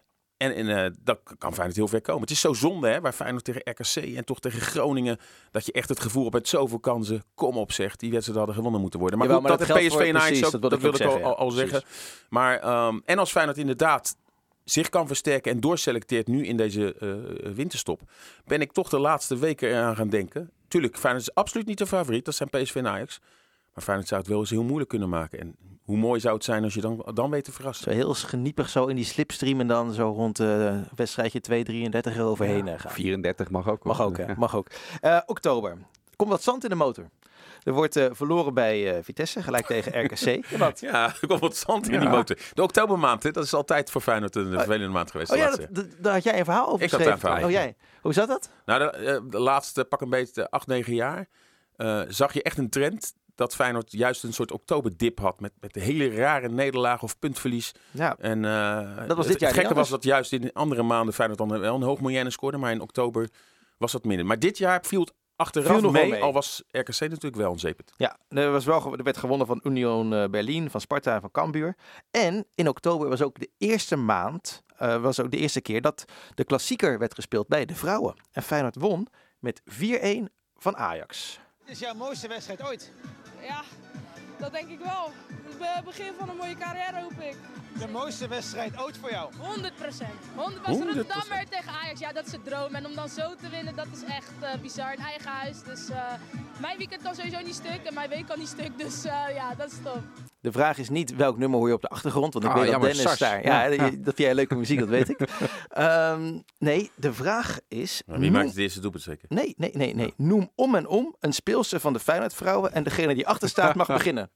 En dat kan Feyenoord heel ver komen. Het is zo zonde, hè, waar Feyenoord tegen RKC en toch tegen Groningen, dat je echt het gevoel hebt met zoveel kansen. Kom op, zegt die wedstrijd hadden gewonnen moeten worden. Maar, maar dat PSV en Ajax ook, dat wil ik al zeggen. Maar, en als Feyenoord inderdaad zich kan versterken en doorselecteert nu in deze winterstop, ben ik toch de laatste weken aan gaan denken. Tuurlijk, Feyenoord is absoluut niet de favoriet. Dat zijn PSV en Ajax. Maar Feyenoord zou het wel eens heel moeilijk kunnen maken. En hoe mooi zou het zijn als je dan weet te verrassen. Zo heel geniepig zo in die slipstream en dan zo rond wedstrijdje 2:33 eroverheen gaan. 34 mag ook. Mag ook, hè? Mag ook. Oktober. Komt wat zand in de motor. Er wordt verloren bij Vitesse, gelijk tegen RKC. Ja, er komt wat zand in die motor. De oktobermaand, hè, dat is altijd voor Feyenoord een vervelende maand geweest. Oh ja, daar had jij een verhaal over geschreven. Ik had daar een verhaal. Oh, jij. Hoe zat dat? Nou, de laatste pak een beetje 8-9 jaar zag je echt een trend dat Feyenoord juist een soort oktoberdip had met de hele rare nederlaag of puntverlies. Ja. En dat was dit jaar het gekke was dat juist in andere maanden Feyenoord dan wel een hoog moyenne scoorde, maar in oktober was dat minder. Maar dit jaar viel het achteraf nog mee, al was RKC natuurlijk wel onzepend. Ja, er werd gewonnen van Union Berlin, van Sparta en van Cambuur. En in oktober was ook de eerste maand, was ook de eerste keer dat de klassieker werd gespeeld bij de vrouwen. En Feyenoord won met 4-1 van Ajax. Dit is jouw mooiste wedstrijd ooit? Ja, dat denk ik wel. Het begin van een mooie carrière, hoop ik. De mooiste wedstrijd ooit voor jou? 100%. 100%. Rotterdammer tegen Ajax, ja, dat is het droom. En om dan zo te winnen, dat is echt bizar. In eigen huis. Dus mijn weekend kan sowieso niet stuk en mijn week kan niet stuk. Dus ja, dat is top. De vraag is niet welk nummer hoor je op de achtergrond, want ik weet dat Dennis Sars. daar... Ja, dat vind jij leuke muziek, dat weet ik. Nee, de vraag is... Maar wie maakt het eerste doelpunt zeker? Nee. Noem om en om een speelster van de Feyenoord vrouwen en degene die achter staat mag beginnen.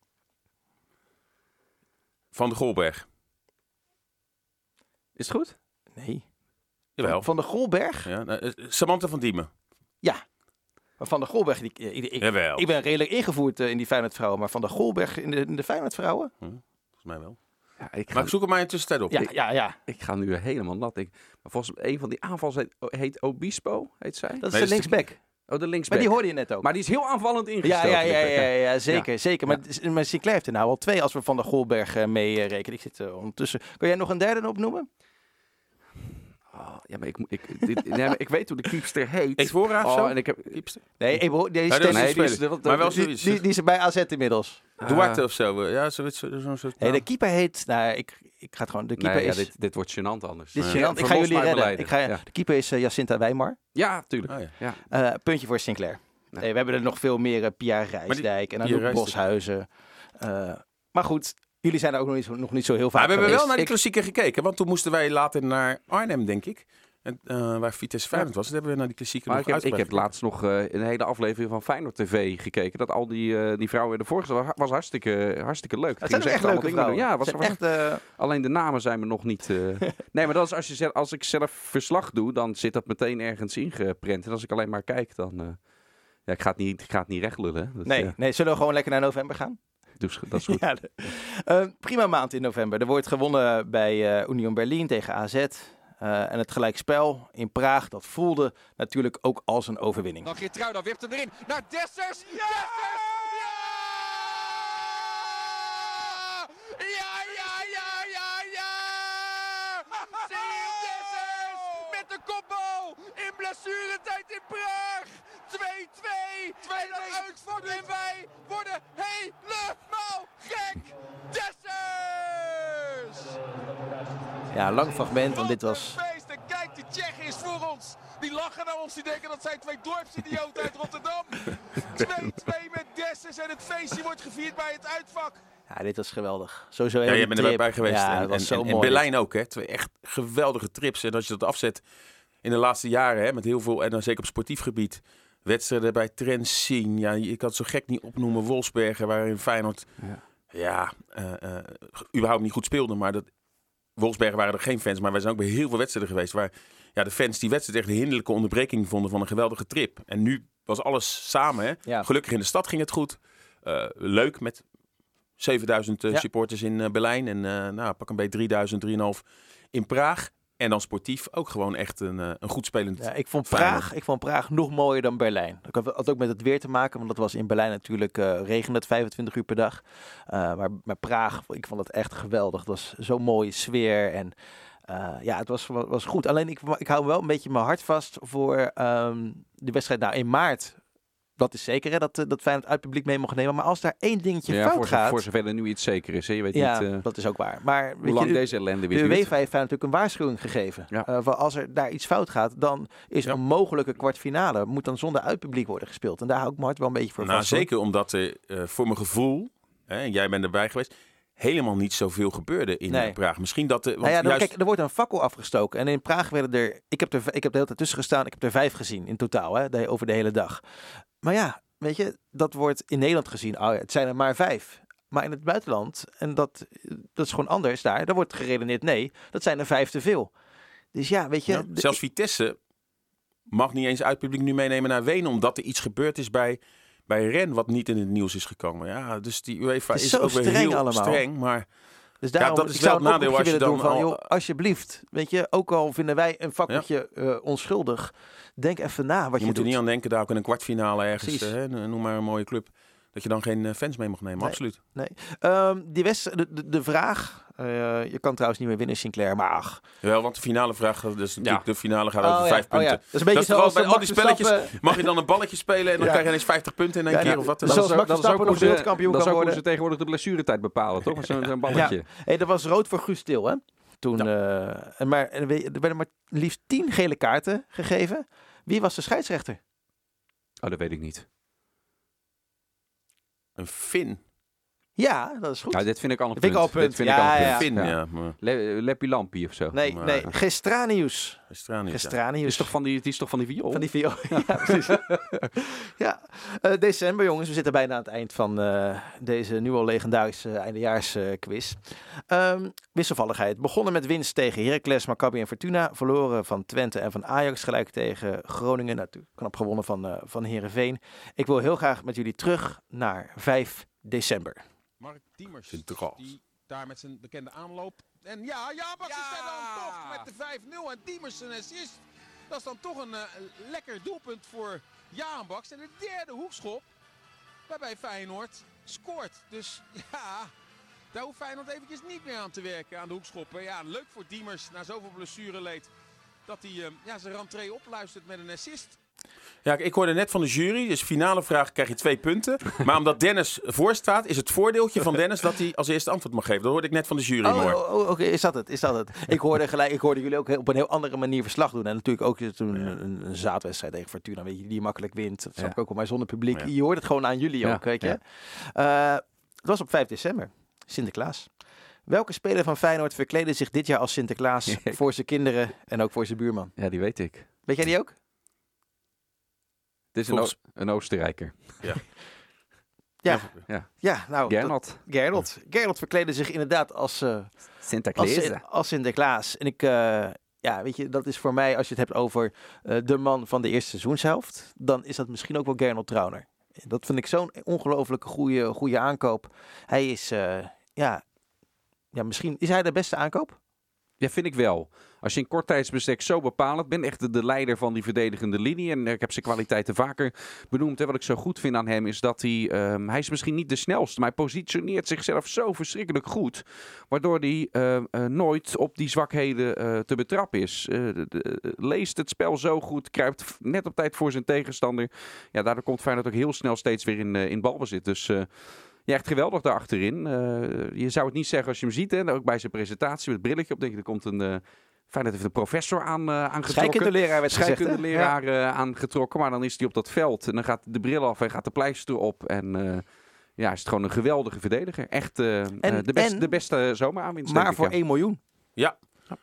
Van de Golberg. Is het goed? Nee. Jawel. Van de Golberg? Ja, Samantha van Diemen. Ja. Van de Golberg, ik ben redelijk ingevoerd in die Feyenoord vrouwen, maar Van de Golberg in de Feyenoord vrouwen? Volgens mij wel. Ja, maar ik zoek hem maar in tussentijd op. Ja. Ik ga nu helemaal nat. Maar volgens mij, een van die aanvals heet Obispo, heet zij? Dat is de linksback. Oh, de linksback. Maar die hoorde je net ook. Maar die is heel aanvallend ingesteld. Ja, zeker. Maar Sinclair heeft er nou al 2 als we Van de Golberg mee rekenen. Ik zit ondertussen. Kan jij nog een derde opnoemen? Oh, ja, maar ik weet hoe de keepster heet. Evora of zo? En ik heb... Nee, maar wel zoiets. Die is er bij AZ inmiddels. Duarte of zo. Ja, zo'n soort... Nee, de keeper heet... Nou, ik ga het gewoon... De keeper is... Dit wordt gênant anders. Dit is gênant. Ik ga jullie redden. De keeper is Jacinta Wijmar. Ja, tuurlijk. Puntje voor Sinclair. Nee, we hebben er nog veel meer. Pia Rijsdijk en dan ook Boshuizen. Maar goed... Jullie zijn er ook nog niet zo heel vaak we hebben wel naar die klassieker gekeken. Want toen moesten wij later naar Arnhem, denk ik. En, waar Vitesse Feyenoord was. Dat hebben we naar die klassieker nog uitgebreid. Ik heb laatst nog een hele aflevering van Feyenoord TV gekeken. Dat al die vrouwen ervoor zaten. Was hartstikke leuk. Dat zijn echt leuke vrouwen. Ja, alleen de namen zijn me nog niet... Nee, maar dat is als ik zelf verslag doe, dan zit dat meteen ergens ingeprent. En als ik alleen maar kijk, dan... ik ga het niet recht lullen. Nee, zullen we gewoon lekker naar november gaan? Dat is goed. Prima maand in november. Er wordt gewonnen bij Union Berlin tegen AZ. En het gelijkspel in Praag, dat voelde natuurlijk ook als een overwinning. Dan Geertruida wipt hem erin naar Dessers. Ja! Cyril Dessers met de kopbal in blessuretijd in Praag. 2-2. En dan uitvak en wij worden helemaal gek. Dessers! Ja, lang fragment, want dit was... En kijk, die Tsjechen is voor ons. Die lachen naar ons, die denken dat zijn 2 dorpsidioten uit Rotterdam. 2-2 met Dessers en het feestje wordt gevierd bij het uitvak. Ja, dit was geweldig. Sowieso jij bent erbij geweest. Ja, dat was zo mooi. In Berlijn ook, hè. 2 echt geweldige trips. En als je dat afzet in de laatste jaren, hè, met heel veel, en dan zeker op sportief gebied, wedstrijden bij Trentin. Ja, ik had het zo gek niet opnoemen. Wolfsbergen, waarin Feyenoord überhaupt niet goed speelde. Maar Wolfsbergen waren er geen fans, maar wij zijn ook bij heel veel wedstrijden geweest waar de fans die wedstrijd echt een hinderlijke onderbreking vonden van een geweldige trip. En nu was alles samen. Hè? Ja. Gelukkig in de stad ging het goed. Leuk met 7000 supporters in Berlijn en pak een beetje 3000, 3,5 in Praag. En dan sportief ook gewoon echt een goed spelend. Ja, ik vond Praag nog mooier dan Berlijn. Dat had ook met het weer te maken, want dat was in Berlijn natuurlijk regende het 25 uur per dag. Maar Praag, ik vond het echt geweldig. Het was zo'n mooie sfeer en het was goed. Alleen ik hou wel een beetje mijn hart vast voor de wedstrijd in maart. Dat is zeker, hè, dat Feyenoord uit publiek mee mocht nemen. Maar als daar één dingetje fout gaat... Voor zover er nu iets zeker is. Hè? Je weet niet, dat is ook waar. Maar hoe lang deze ellende weer duurt. De UEFA heeft natuurlijk een waarschuwing gegeven. Ja. Als er daar iets fout gaat, dan is een mogelijke kwartfinale... moet dan zonder uitpubliek worden gespeeld. En daar hou ik mijn hart wel een beetje voor vast. Zeker omdat er voor mijn gevoel, en jij bent erbij geweest... helemaal niet zoveel gebeurde in Praag. Misschien dat... Kijk, er wordt een fakkel afgestoken. En in Praag werden er... Ik heb de hele tijd tussen gestaan. Ik heb er 5 gezien in totaal, hè, over de hele dag. Maar ja, weet je, dat wordt in Nederland gezien. Het zijn er maar 5. Maar in het buitenland, en dat is gewoon anders daar wordt geredeneerd, nee, dat zijn er 5 te veel. Dus ja, weet je... zelfs Vitesse mag niet eens uitpubliek nu meenemen naar Wenen, omdat er iets gebeurd is bij Rennes, wat niet in het nieuws is gekomen. Ja, dus die UEFA is ook weer heel streng, maar... Dus daarom, dat is wel het nadeel als je dan... alsjeblieft, weet je, ook al vinden wij een vakje onschuldig, denk even na wat je doet. Je moet er niet aan denken, daar ook in een kwartfinale ergens, noem maar een mooie club, dat je dan geen fans mee mag nemen. Nee. Absoluut. Nee. De vraag, je kan trouwens niet meer winnen, Sinclair, maar ach. Jawel, want de finale vraag, dus natuurlijk de finale gaat over 5 punten. Ja. Dat is een beetje zoals bij al die Max spelletjes. Verstappen. Mag je dan een balletje spelen en dan krijg je ineens 50 punten in één keer of wat? Dat is ook hoe ze tegenwoordig de blessuretijd bepalen, toch? Zo'n balletje. Ja. Hey, dat was rood voor Guus Til, hè? Toen, er werden maar liefst 10 gele kaarten gegeven. Wie was de scheidsrechter? Oh, dat weet ik niet. Een Fin. Ja, dat is goed. Ja, dit vind ik al een punt. Dit vind ik al een punt. Fin, ja. Leppi Lampi of zo. Nee, Gestranius. Gestranius. Die is toch van die viool? Van die viool, ja, precies. Ja, december, jongens. We zitten bijna aan het eind van deze nu al legendarische eindejaarsquiz. Wisselvalligheid. Begonnen met winst tegen Heracles, Maccabi en Fortuna. Verloren van Twente en van Ajax. Gelijk tegen Groningen. Natuurlijk knap gewonnen van Heerenveen. Ik wil heel graag met jullie terug naar 5 december. Mark Diemers, die daar met zijn bekende aanloop. En Jaanbaks is daar dan toch met de 5-0. En Diemers een assist. Dat is dan toch een lekker doelpunt voor Jaanbaks. En de derde hoekschop, waarbij Feyenoord scoort. Dus ja, daar hoeft Feyenoord eventjes niet meer aan te werken aan de hoekschoppen. Ja, leuk voor Diemers na zoveel blessureleed. Dat hij zijn rentree opluistert met een assist. Ja, ik hoorde net van de jury, dus finale vraag krijg je 2 punten. Maar omdat Dennis voor staat, is het voordeeltje van Dennis dat hij als eerste antwoord mag geven. Dat hoorde ik net van de jury. Oké, is dat het? Ik hoorde jullie ook op een heel andere manier verslag doen. En natuurlijk ook toen een zaadwedstrijd tegen Fortuna, weet je, die makkelijk wint. Dat snap ik ook al, maar zonder publiek. Ja. Je hoort het gewoon aan jullie ook, weet je. Het was op 5 december, Sinterklaas. Welke speler van Feyenoord verkleedde zich dit jaar als Sinterklaas voor zijn kinderen en ook voor zijn buurman? Ja, die weet ik. Weet jij die ook? Het is een Oostenrijker. Ja. Ja, nou. Gernot verkleedde zich inderdaad als Sinterklaas. En weet je, dat is voor mij, als je het hebt over de man van de eerste seizoenshelft, dan is dat misschien ook wel Gernot Trauner. Dat vind ik zo'n ongelooflijke goede aankoop. Hij is, misschien is hij de beste aankoop? Ja, vind ik wel. Als je in kort tijdsbestek zo bepalend bent, echt de leider van die verdedigende linie. En ik heb zijn kwaliteiten vaker benoemd. Wat ik zo goed vind aan hem is dat hij is misschien niet de snelste, maar hij positioneert zichzelf zo verschrikkelijk goed. Waardoor hij nooit op die zwakheden te betrappen is. Leest het spel zo goed, kruipt net op tijd voor zijn tegenstander. Ja, daardoor komt Feyenoord ook heel snel steeds weer in balbezit. Dus ja, echt geweldig daarachterin. Je zou het niet zeggen als je hem ziet. Hè? Ook bij zijn presentatie met het brilletje op. Denk ik, er komt Feyenoord heeft een professor aangetrokken. Scheikundeleraar werd gezegd. Scheikundeleraar aangetrokken. Maar dan is hij op dat veld. En dan gaat de bril af en gaat de pleister op. En is het gewoon een geweldige verdediger. Echt de beste zomeraanwinst. Maar voor 1 miljoen. Ja.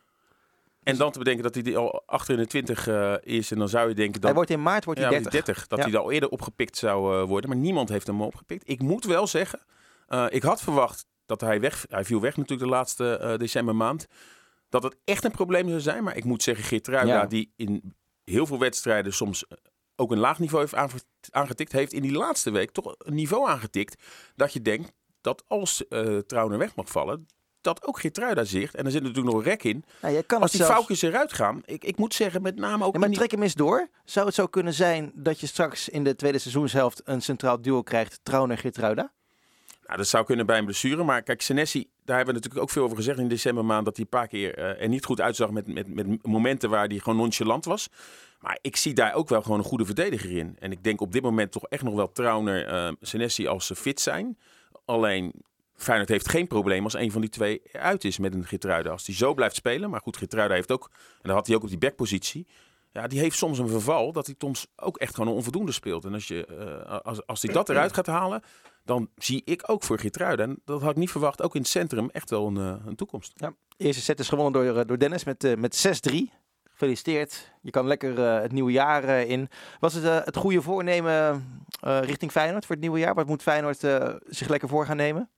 En dan te bedenken dat hij al achter in de 20 is. En dan zou je denken dat... Hij wordt in maart 30. Dat hij al eerder opgepikt zou worden. Maar niemand heeft hem opgepikt. Ik moet wel zeggen, ik had verwacht dat hij viel weg natuurlijk de laatste decembermaand. Dat het echt een probleem zou zijn. Maar ik moet zeggen, Geertruida, die in heel veel wedstrijden soms ook een laag niveau heeft aangetikt, heeft in die laatste week toch een niveau aangetikt dat je denkt dat als Trauner weg mag vallen, dat ook Geertruida zicht. En er zit natuurlijk nog een rek in. Nou, als die foutjes eruit gaan, ik moet zeggen, met name ook... Ja, maar trek hem eens door. Zou het zo kunnen zijn dat je straks in de tweede seizoenshelft een centraal duo krijgt, Trauner-Geertruida? Nou, dat zou kunnen bij een blessure. Maar kijk, Senesi, daar hebben we natuurlijk ook veel over gezegd in decembermaand, dat hij een paar keer er niet goed uitzag met momenten waar hij gewoon nonchalant was. Maar ik zie daar ook wel gewoon een goede verdediger in. En ik denk op dit moment toch echt nog wel Trauner, Senesi als ze fit zijn. Alleen Feyenoord heeft geen probleem als een van die twee uit is met een Geertruida. Als die zo blijft spelen. Maar goed, Geertruida heeft ook, en dat had hij ook op die backpositie. Ja, die heeft soms een verval dat hij soms ook echt gewoon een onvoldoende speelt. En als hij dat eruit gaat halen, dan zie ik ook voor Geertruida, en dat had ik niet verwacht, ook in het centrum echt wel een toekomst. Ja, de eerste set is gewonnen door Dennis met 6-3. Gefeliciteerd. Je kan lekker het nieuwe jaar in. Was het goede voornemen richting Feyenoord voor het nieuwe jaar? Wat moet Feyenoord zich lekker voor gaan nemen?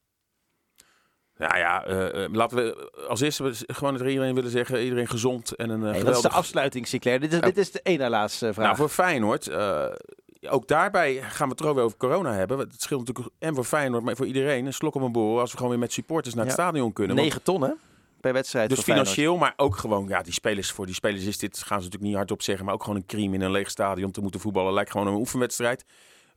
Nou ja, laten we als eerste gewoon het iedereen willen zeggen, iedereen gezond en een geweldig... Dat is de afsluiting, Sinclair. Dit is de ene laatste vraag. Nou, voor Feyenoord, ook daarbij gaan we het er ook weer over corona hebben. Het scheelt natuurlijk en voor Feyenoord, maar voor iedereen een slok op een borrel als we gewoon weer met supporters naar het stadion kunnen. 9 ton, hè? Per wedstrijd. Dus financieel, maar ook gewoon, ja, voor die spelers is dit, gaan ze natuurlijk niet hardop zeggen, maar ook gewoon een crime in een leeg stadion te moeten voetballen. Lijkt gewoon een oefenwedstrijd.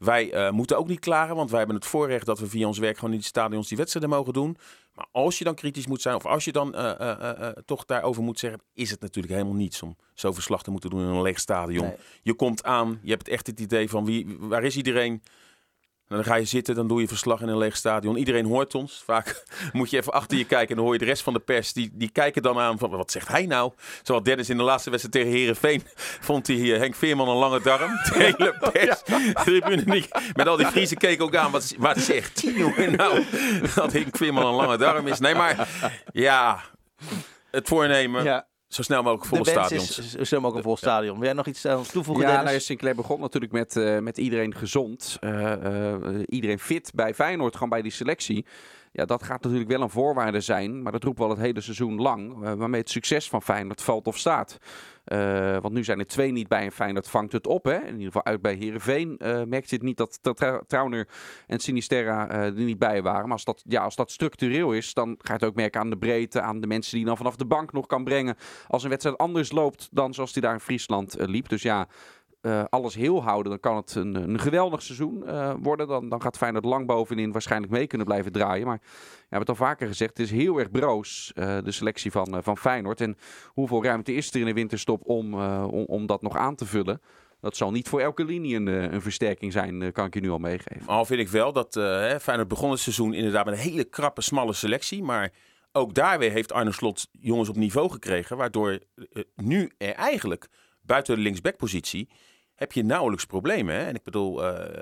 Wij moeten ook niet klagen, want wij hebben het voorrecht dat we via ons werk gewoon in die stadions die wedstrijden mogen doen. Maar als je dan kritisch moet zijn, of als je dan toch daarover moet zeggen, is het natuurlijk helemaal niets om zo verslag te moeten doen in een leeg stadion. Nee. Je komt aan, je hebt echt het idee van waar is iedereen? En dan ga je zitten, dan doe je verslag in een leeg stadion. Iedereen hoort ons. Vaak moet je even achter je kijken en dan hoor je de rest van de pers. Die kijken dan aan van, wat zegt hij nou? Zoals Dennis in de laatste wedstrijd tegen Heerenveen vond hij Henk Veerman een lange darm. De hele pers. Met al die Friesen keken ook aan. Wat zegt Tino nou? Dat Henk Veerman een lange darm is. Nee, maar ja, het voornemen... Ja. Zo snel mogelijk volle stadions. Zo snel mogelijk een vol stadion. Wil jij nog iets aan toevoegen, Dennis? Dennis? Sinclair begon natuurlijk met iedereen gezond. Iedereen fit bij Feyenoord, gewoon bij die selectie. Ja, dat gaat natuurlijk wel een voorwaarde zijn. Maar dat roepen we al het hele seizoen lang. Waarmee het succes van Feyenoord valt of staat. Want nu zijn er 2 niet bij en Feyenoord vangt het op. Hè? In ieder geval uit bij Heerenveen merkt je het niet dat Trauner en Sinisterra er niet bij waren. Maar als dat structureel is, dan ga je het ook merken aan de breedte, aan de mensen die je dan vanaf de bank nog kan brengen. Als een wedstrijd anders loopt dan zoals die daar in Friesland liep. Dus ja, alles heel houden, dan kan het een geweldig seizoen worden. Dan gaat Feyenoord lang bovenin waarschijnlijk mee kunnen blijven draaien. Maar we hebben het al vaker gezegd, het is heel erg broos, de selectie van Feyenoord. En hoeveel ruimte is er in de winterstop om dat nog aan te vullen? Dat zal niet voor elke linie een versterking zijn, kan ik je nu al meegeven. Al vind ik wel dat Feyenoord begon het seizoen inderdaad met een hele krappe, smalle selectie. Maar ook daar weer heeft Arne Slot jongens op niveau gekregen. Waardoor nu er eigenlijk buiten de linksbackpositie heb je nauwelijks problemen. Hè? En ik bedoel,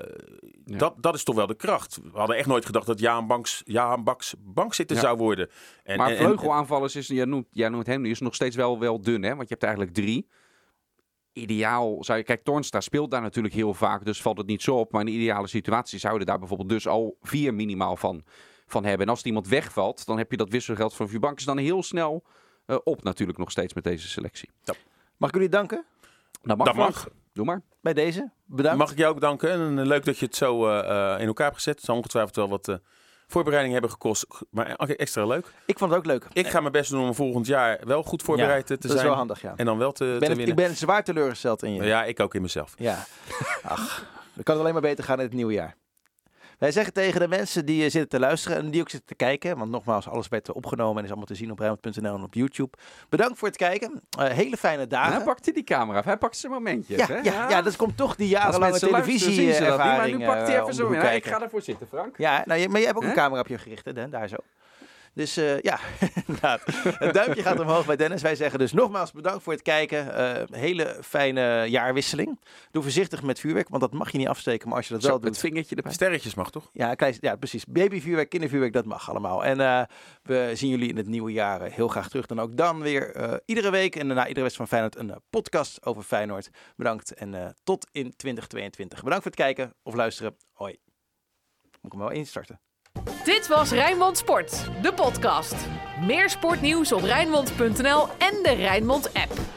dat is toch wel de kracht. We hadden echt nooit gedacht dat Jaan Baks bankzitter zou worden. Maar vleugelaanvallers, jij noemt hem, is nog steeds wel dun. Hè? Want je hebt eigenlijk 3. Ideaal zou je... Kijk, Toornstra speelt daar natuurlijk heel vaak, dus valt het niet zo op. Maar in de ideale situatie zouden daar bijvoorbeeld dus al 4 minimaal van hebben. En als er iemand wegvalt, dan heb je dat wisselgeld van Vubanks dan heel snel op natuurlijk nog steeds met deze selectie. Ja. Mag ik jullie danken? Dat mag. Doe maar. Bij deze, bedankt. Mag ik jou ook danken. En leuk dat je het zo in elkaar hebt gezet. Het zal ongetwijfeld wel wat voorbereiding hebben gekost. Maar extra leuk. Ik vond het ook leuk. Ik ga mijn best doen om volgend jaar wel goed voorbereid te zijn. Dat is wel handig, ja. En dan wel te winnen. Ik ben zwaar teleurgesteld in je. Ja, ik ook in mezelf. Ja. Ach, dan kan het alleen maar beter gaan in het nieuwe jaar. Wij zeggen tegen de mensen die zitten te luisteren en die ook zitten te kijken, want nogmaals, alles werd opgenomen en is allemaal te zien op Rijnmond.nl en op YouTube. Bedankt voor het kijken. Hele fijne dagen. Hij pakt die camera af. Hij pakt zijn momentjes. Ja, dat komt toch die jarenlange televisie-ervaring. Nu pakt hij even zo in. Ik ga ervoor zitten, Frank. Ja, maar jij hebt ook een camera op je gericht, hè, daar zo. Dus inderdaad. Het duimpje gaat omhoog bij Dennis. Wij zeggen dus nogmaals bedankt voor het kijken. Hele fijne jaarwisseling. Doe voorzichtig met vuurwerk, want dat mag je niet afsteken. Maar als je dat wel doet... Het vingertje erbij. Sterretjes mag toch? Ja, precies. Babyvuurwerk, kindervuurwerk, dat mag allemaal. En we zien jullie in het nieuwe jaar heel graag terug. Dan ook dan weer iedere week en daarna iedere wedstrijd van Feyenoord een podcast over Feyenoord. Bedankt en tot in 2022. Bedankt voor het kijken of luisteren. Hoi. Moet ik hem wel instarten. Dit was Rijnmond Sport, de podcast. Meer sportnieuws op Rijnmond.nl en de Rijnmond app.